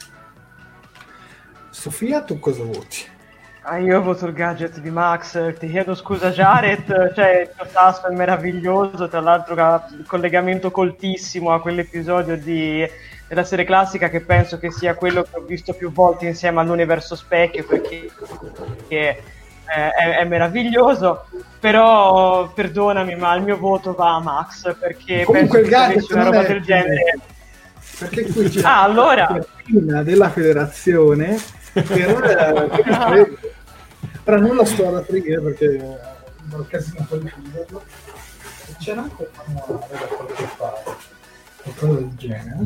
S4: Sofia, tu cosa voti?
S6: Io voto il gadget di Max. Ti chiedo scusa Jared, cioè il tuo tasto è meraviglioso, tra l'altro ha un collegamento coltissimo a quell'episodio della serie classica che penso che sia quello che ho visto più volte insieme all'Universo Specchio, perché è meraviglioso. Però perdonami, ma il mio voto va a Max, perché
S4: comunque
S6: penso che se avessi una roba del genere,
S4: perché qui c'è
S6: allora
S4: della federazione però non la sto ad aprire perché ho il casino per chiuderlo. C'era anche il manuale da qualche parte, qualcosa del genere,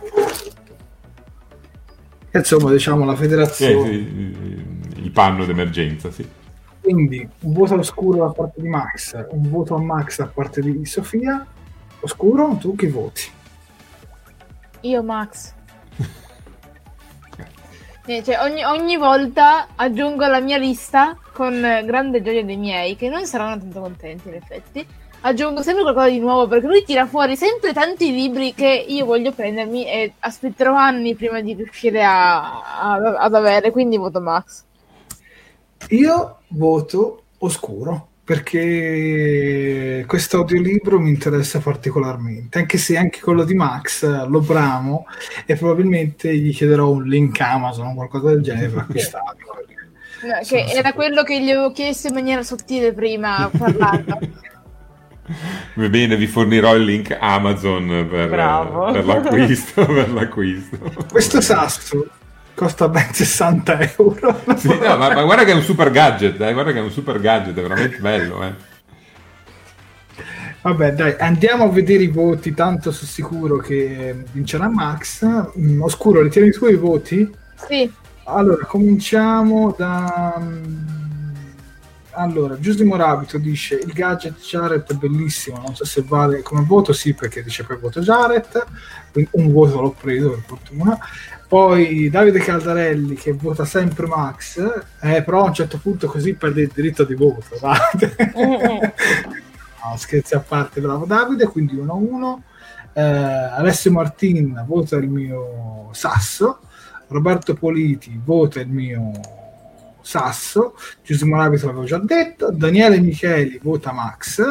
S4: e insomma diciamo la federazione
S5: il panno d'emergenza, sì.
S4: Quindi un voto oscuro da parte di Max, un voto a Max da parte di Sofia. Oscuro, tu chi voti?
S7: Io Max. Cioè, ogni volta aggiungo alla mia lista, con grande gioia dei miei, che non saranno tanto contenti in effetti, aggiungo sempre qualcosa di nuovo, perché lui tira fuori sempre tanti libri che io voglio prendermi e aspetterò anni prima di riuscire ad avere, quindi voto Max.
S4: Io voto Oscuro, perché questo audiolibro mi interessa particolarmente, anche se anche quello di Max lo bramo e probabilmente gli chiederò un link Amazon o qualcosa del genere per acquistarlo.
S7: Che era quello che gli avevo chiesto in maniera sottile prima parlando.
S5: Va bene, vi fornirò il link Amazon per l'acquisto.
S4: Questo sasso costa ben 60 euro.
S5: Sì, no, ma guarda che è un super gadget, è veramente bello.
S4: Vabbè, dai, andiamo a vedere i voti, tanto sono sicuro che vincerà Max. Oscuro, ritieni tu i voti?
S7: Sì.
S4: Allora, cominciamo da... Allora, Giuseppe Morabito dice il gadget Jared è bellissimo, non so se vale come voto, sì, perché dice poi voto Jared, quindi un voto l'ho preso per fortuna. Poi Davide Caldarelli che vota sempre Max, però a un certo punto così perde il diritto di voto. No, scherzi a parte, bravo Davide, quindi 1-1. Alessio Martin vota il mio Sasso, Roberto Politi vota il mio Sasso, Giuseppe Morabito l'avevo già detto, Daniele Micheli vota Max,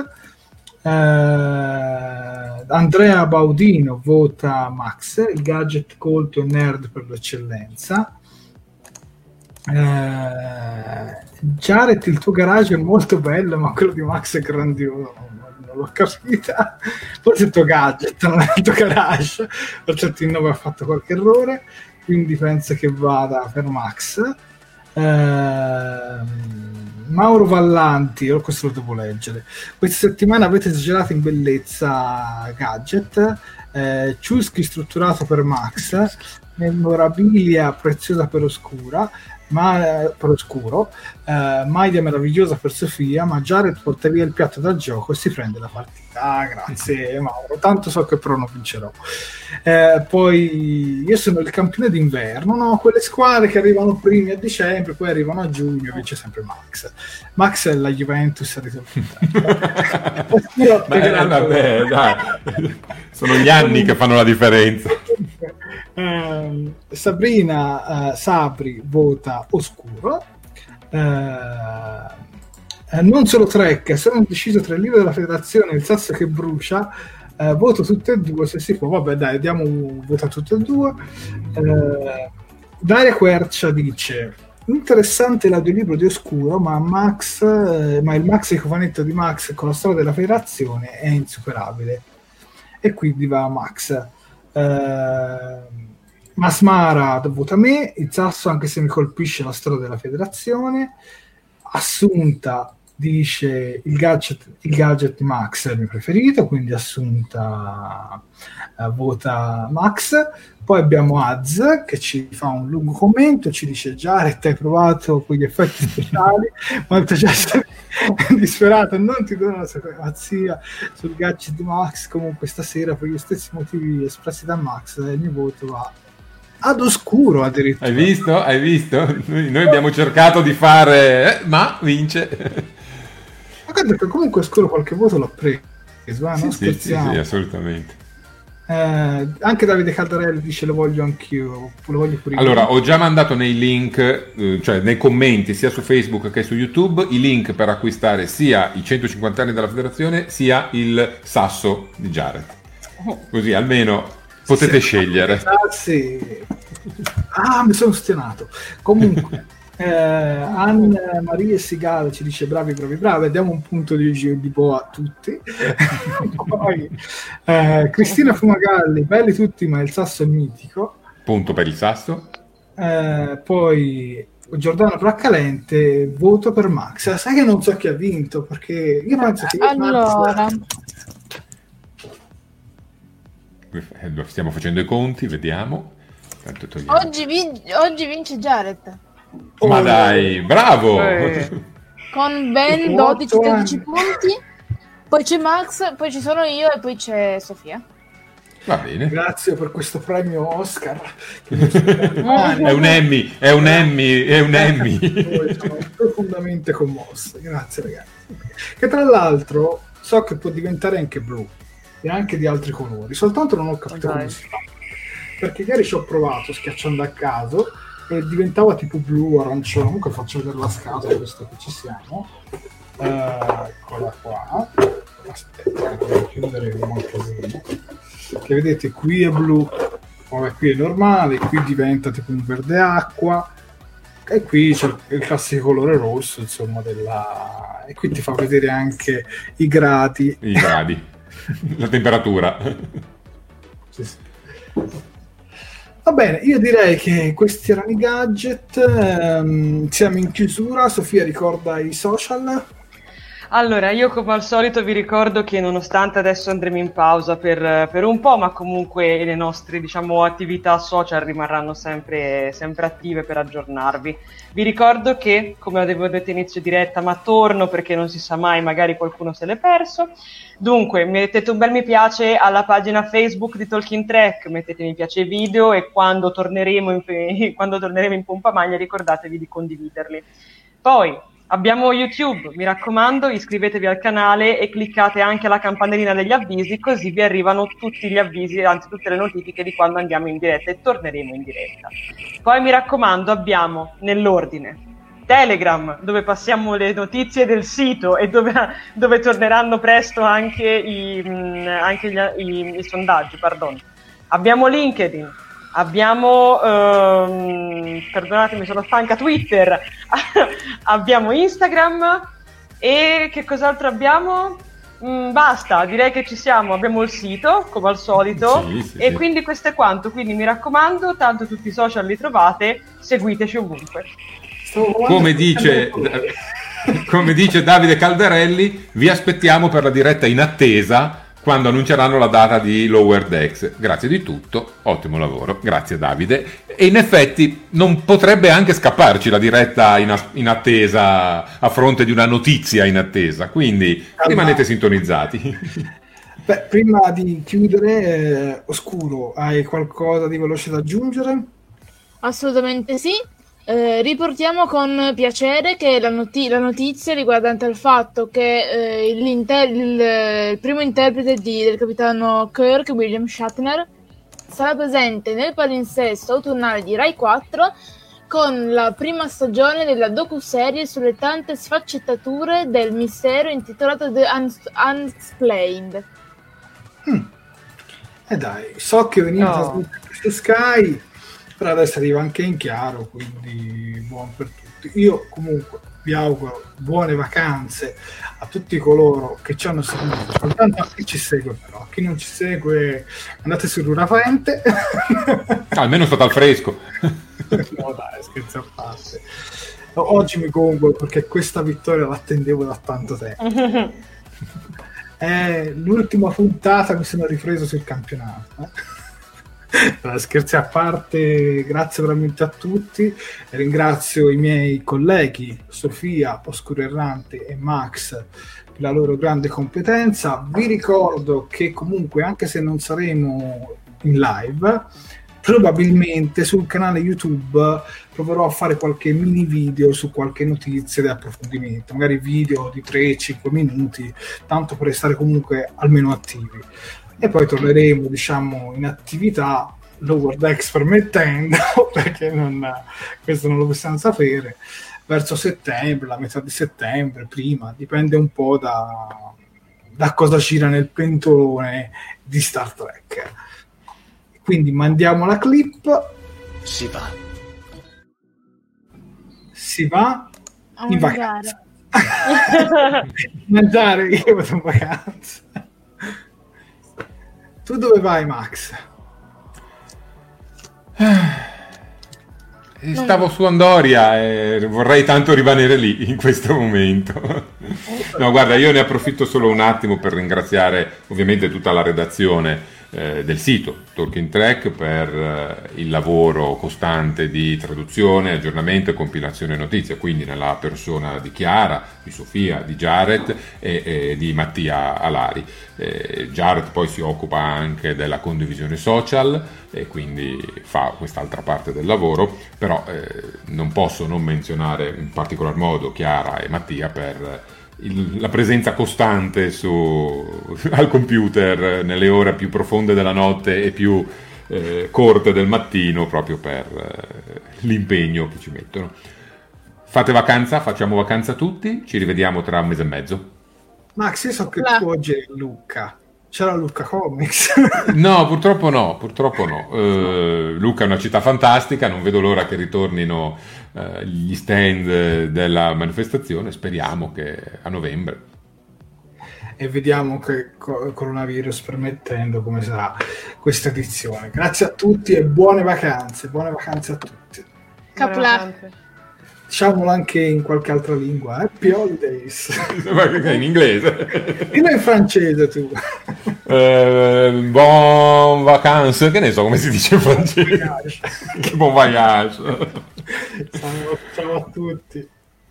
S4: Andrea Baudino vota Max, il gadget colto e nerd per l'eccellenza. Jared, il tuo garage è molto bello, ma quello di Max è grandioso, non l'ho capita. Forse il tuo gadget, non è il tuo garage, forse il team 9 ha fatto qualche errore, quindi penso che vada per Max. Mauro Vallanti, questo lo devo leggere. Questa settimana avete esagerato in bellezza gadget. Ciuschi strutturato per Max, memorabilia preziosa per Oscuro, maglia meravigliosa per Sofia, ma Jared porta via il piatto dal gioco e si prende la partita. Grazie Mauro, tanto so che però non vincerò. Poi io sono il campione d'inverno, no? Quelle squadre che arrivano primi a dicembre, poi arrivano a giugno, vince sempre Max è la Juventus
S5: vabbè, dai. Sono gli anni che fanno la differenza.
S4: Sabrina Sabri vota Oscuro. Non solo Trek, sono deciso tra il libro della federazione e il sasso che brucia, voto tutte e due se si può. Vabbè dai, diamo un voto a tutte e due. Daria Quercia dice interessante l'audiolibro di Oscuro, ma il Max Cofanetto di Max con la storia della federazione è insuperabile, e quindi va Max. Masmara vota me, il sasso anche se mi colpisce la storia della federazione. Assunta dice il gadget di Max è il mio preferito, quindi Assunta vota Max. Poi abbiamo Az che ci fa un lungo commento, ci dice Jared hai provato quegli effetti speciali molto già disperato, non ti do una supremazia sul gadget di Max, comunque stasera per gli stessi motivi espressi da Max il mio voto va ad Oscuro addirittura.
S5: Hai visto? Noi abbiamo cercato di fare ma vince.
S4: Ma guarda che comunque Oscuro qualche voto l'ho preso, non scherziamo.
S5: Sì, assolutamente.
S4: Anche Davide Caldarelli dice lo voglio anch'io, lo voglio pure io.
S5: Allora, ho già mandato nei link, cioè nei commenti sia su Facebook che su YouTube, i link per acquistare sia i 150 anni della federazione sia il sasso di Jared, così almeno potete scegliere.
S4: Sì. Mi sono ostinnato. Comunque Anna Maria Sigale ci dice bravi, diamo un punto di boa a tutti. Poi Cristina Fumagalli, belli tutti ma il sasso è mitico,
S5: punto per il sasso.
S4: Poi Giordano Braccalente, voto per Max. Sai che non so chi ha vinto, perché io penso che
S7: allora
S5: stiamo facendo i conti, vediamo.
S7: Oggi vince Jared.
S5: Ma dai, bravo!
S7: Con ben 12-13 punti. Poi c'è Max, poi ci sono io e poi c'è Sofia.
S5: Va bene.
S4: Grazie per questo premio Oscar. È
S5: un Emmy.
S4: Sono profondamente commosso. Grazie ragazzi. Che tra l'altro so che può diventare anche blu e anche di altri colori, soltanto non ho capito come si fa. Perché ieri ci ho provato schiacciando a caso e diventava tipo blu, arancione. Comunque faccio vedere la scatola, visto che ci siamo. Eccola qua. Aspetta, devo chiudere un casino. Che vedete, qui è blu, poi qui è normale, qui diventa tipo un verde acqua e qui c'è il classico colore rosso, insomma, e qui ti fa vedere anche i gradi.
S5: La temperatura.
S4: Sì. Va bene, io direi che questi erano i gadget. Siamo in chiusura. Sofia, ricorda i social?
S6: Allora, io come al solito vi ricordo che nonostante adesso andremo in pausa per un po', ma comunque le nostre, diciamo, attività social rimarranno sempre attive per aggiornarvi. Vi ricordo che, come avevo detto inizio diretta, ma torno perché non si sa mai, magari qualcuno se l'è perso. Dunque, mettete un bel mi piace alla pagina Facebook di Talking Track, mettete mi piace ai video e quando torneremo in pompa magna ricordatevi di condividerli. Poi, abbiamo YouTube, mi raccomando, iscrivetevi al canale e cliccate anche la campanellina degli avvisi, così vi arrivano tutti gli avvisi, anzi tutte le notifiche di quando andiamo in diretta e torneremo in diretta. Poi mi raccomando, abbiamo nell'ordine Telegram, dove passiamo le notizie del sito e dove torneranno presto anche i sondaggi, pardon. Abbiamo LinkedIn. Abbiamo, perdonatemi, sono stanca, Twitter, abbiamo Instagram e che cos'altro abbiamo? Basta, direi che ci siamo, abbiamo il sito come al solito e quindi questo è quanto, quindi mi raccomando, tanto tutti i social li trovate, seguiteci ovunque.
S5: Come dice Davide Calderelli, vi aspettiamo per la diretta in attesa quando annunceranno la data di Lower Decks. Grazie di tutto, ottimo lavoro, grazie Davide. E in effetti non potrebbe anche scapparci la diretta in attesa a fronte di una notizia in attesa, quindi rimanete sintonizzati.
S4: Beh, prima di chiudere, Oscuro, hai qualcosa di veloce da aggiungere?
S7: Assolutamente sì. Riportiamo con piacere che la notizia riguardante il fatto che il primo interprete del capitano Kirk, William Shatner, sarà presente nel palinsesto autunnale di Rai 4 con la prima stagione della docuserie sulle tante sfaccettature del mistero intitolato The Unexplained.
S4: Dai, so che veniva su Sky, però adesso arriva anche in chiaro, quindi buon per tutti. Io comunque vi auguro buone vacanze a tutti coloro che ci hanno seguito, soltanto a chi ci segue, però a chi non ci segue andate su Rurafente.
S5: Almeno state al fresco.
S4: No dai, scherzi a parte. Oggi mi commuovo perché questa vittoria l'attendevo da tanto tempo. L'ultima puntata mi sono ripreso sul campionato. Scherzi a parte, grazie veramente a tutti. Ringrazio i miei colleghi Sofia, Oscuro Errante e Max per la loro grande competenza. Vi ricordo che comunque, anche se non saremo in live, probabilmente sul canale YouTube proverò a fare qualche mini video su qualche notizia di approfondimento, magari video di 3-5 minuti, tanto per restare comunque almeno attivi. E poi torneremo, diciamo, in attività, Lower Decks permettendo, perché questo non lo possiamo sapere, verso settembre, la metà di settembre, prima, dipende un po' da cosa gira nel pentolone di Star Trek. Quindi mandiamo la clip.
S9: Si va
S4: in vacanza. Mangiare, io vado in vacanza. Tu dove vai, Max?
S5: Stavo su Andoria e vorrei tanto rimanere lì in questo momento. No, guarda, io ne approfitto solo un attimo per ringraziare ovviamente tutta la redazione del sito Talking Track per il lavoro costante di traduzione, aggiornamento e compilazione notizie, quindi nella persona di Chiara, di Sofia, di Jared e di Mattia Alari. Jared poi si occupa anche della condivisione social e quindi fa quest'altra parte del lavoro, però non posso non menzionare in particolar modo Chiara e Mattia per la presenza costante al computer nelle ore più profonde della notte e più corte del mattino, proprio per l'impegno che ci mettono. Fate vacanza, facciamo vacanza tutti, ci rivediamo tra un mese e mezzo.
S4: Max, io so che tu oggi eri Lucca. C'era Lucca Comics?
S5: No, purtroppo no. Lucca è una città fantastica, non vedo l'ora che ritornino gli stand della manifestazione, speriamo che a novembre.
S4: E vediamo che coronavirus permettendo come sarà questa edizione. Grazie a tutti e buone vacanze a tutti.
S7: Capla.
S4: Diciamolo anche in qualche altra lingua, Happy Holidays.
S5: In inglese.
S4: Dillo in francese tu.
S5: Bon vacanze, che ne so come si dice in francese. Che bon voyage.
S4: Ciao a tutti.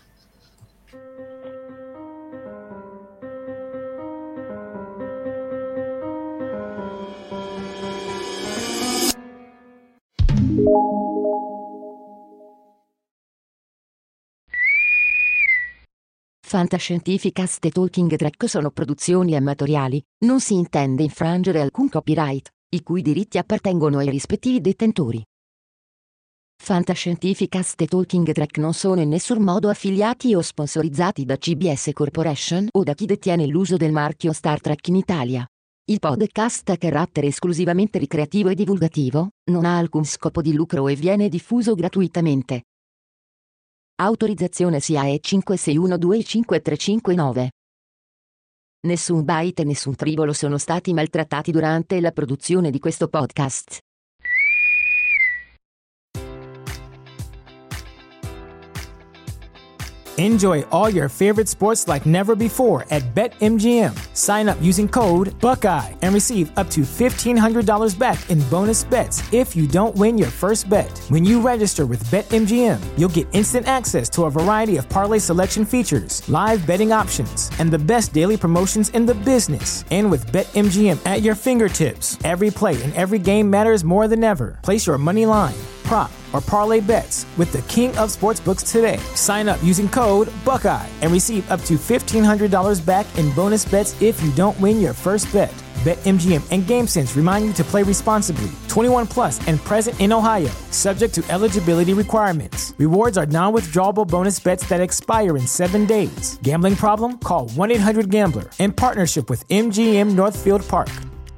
S10: Fantascientificast e Talking Track sono produzioni amatoriali, non si intende infrangere alcun copyright, i cui diritti appartengono ai rispettivi detentori. Fantascientificast e Talking Track non sono in nessun modo affiliati o sponsorizzati da CBS Corporation o da chi detiene l'uso del marchio Star Trek in Italia. Il podcast ha carattere esclusivamente ricreativo e divulgativo, non ha alcun scopo di lucro e viene diffuso gratuitamente. Autorizzazione SIAE 56125359. Nessun byte e nessun tribolo sono stati maltrattati durante la produzione di questo podcast.
S1: Enjoy all your favorite sports like never before at BetMGM. Sign up using code Buckeye and receive up to $1,500 back in bonus bets if you don't win your first bet. When you register with BetMGM, you'll get instant access to a variety of parlay selection features, live betting options, and the best daily promotions in the business. And with BetMGM at your fingertips, every play and every game matters more than ever. Place your money line, prop, or parlay bets with the king of sportsbooks today. Sign up using code Buckeye and receive up to $1,500 back in bonus bets if you don't win your first bet. BetMGM and GameSense remind you to play responsibly. 21 plus and present in Ohio, subject to eligibility requirements. Rewards are non-withdrawable bonus bets that expire in 7 days. Gambling problem? Call 1-800-GAMBLER. In partnership with MGM Northfield Park.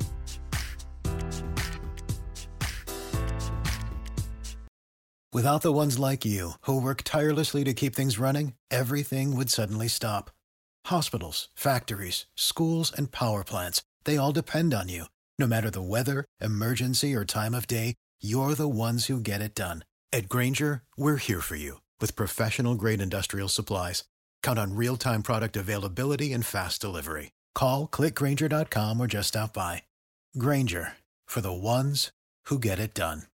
S11: Without the ones like you, who work tirelessly to keep things running, everything would suddenly stop. Hospitals, factories, schools, and power plants, they all depend on you. No matter the weather, emergency, or time of day, you're the ones who get it done. At Grainger, we're here for you with professional-grade industrial supplies. Count on real-time product availability and fast delivery. Call, click Grainger.com, or just stop by. Grainger, for the ones who get it done.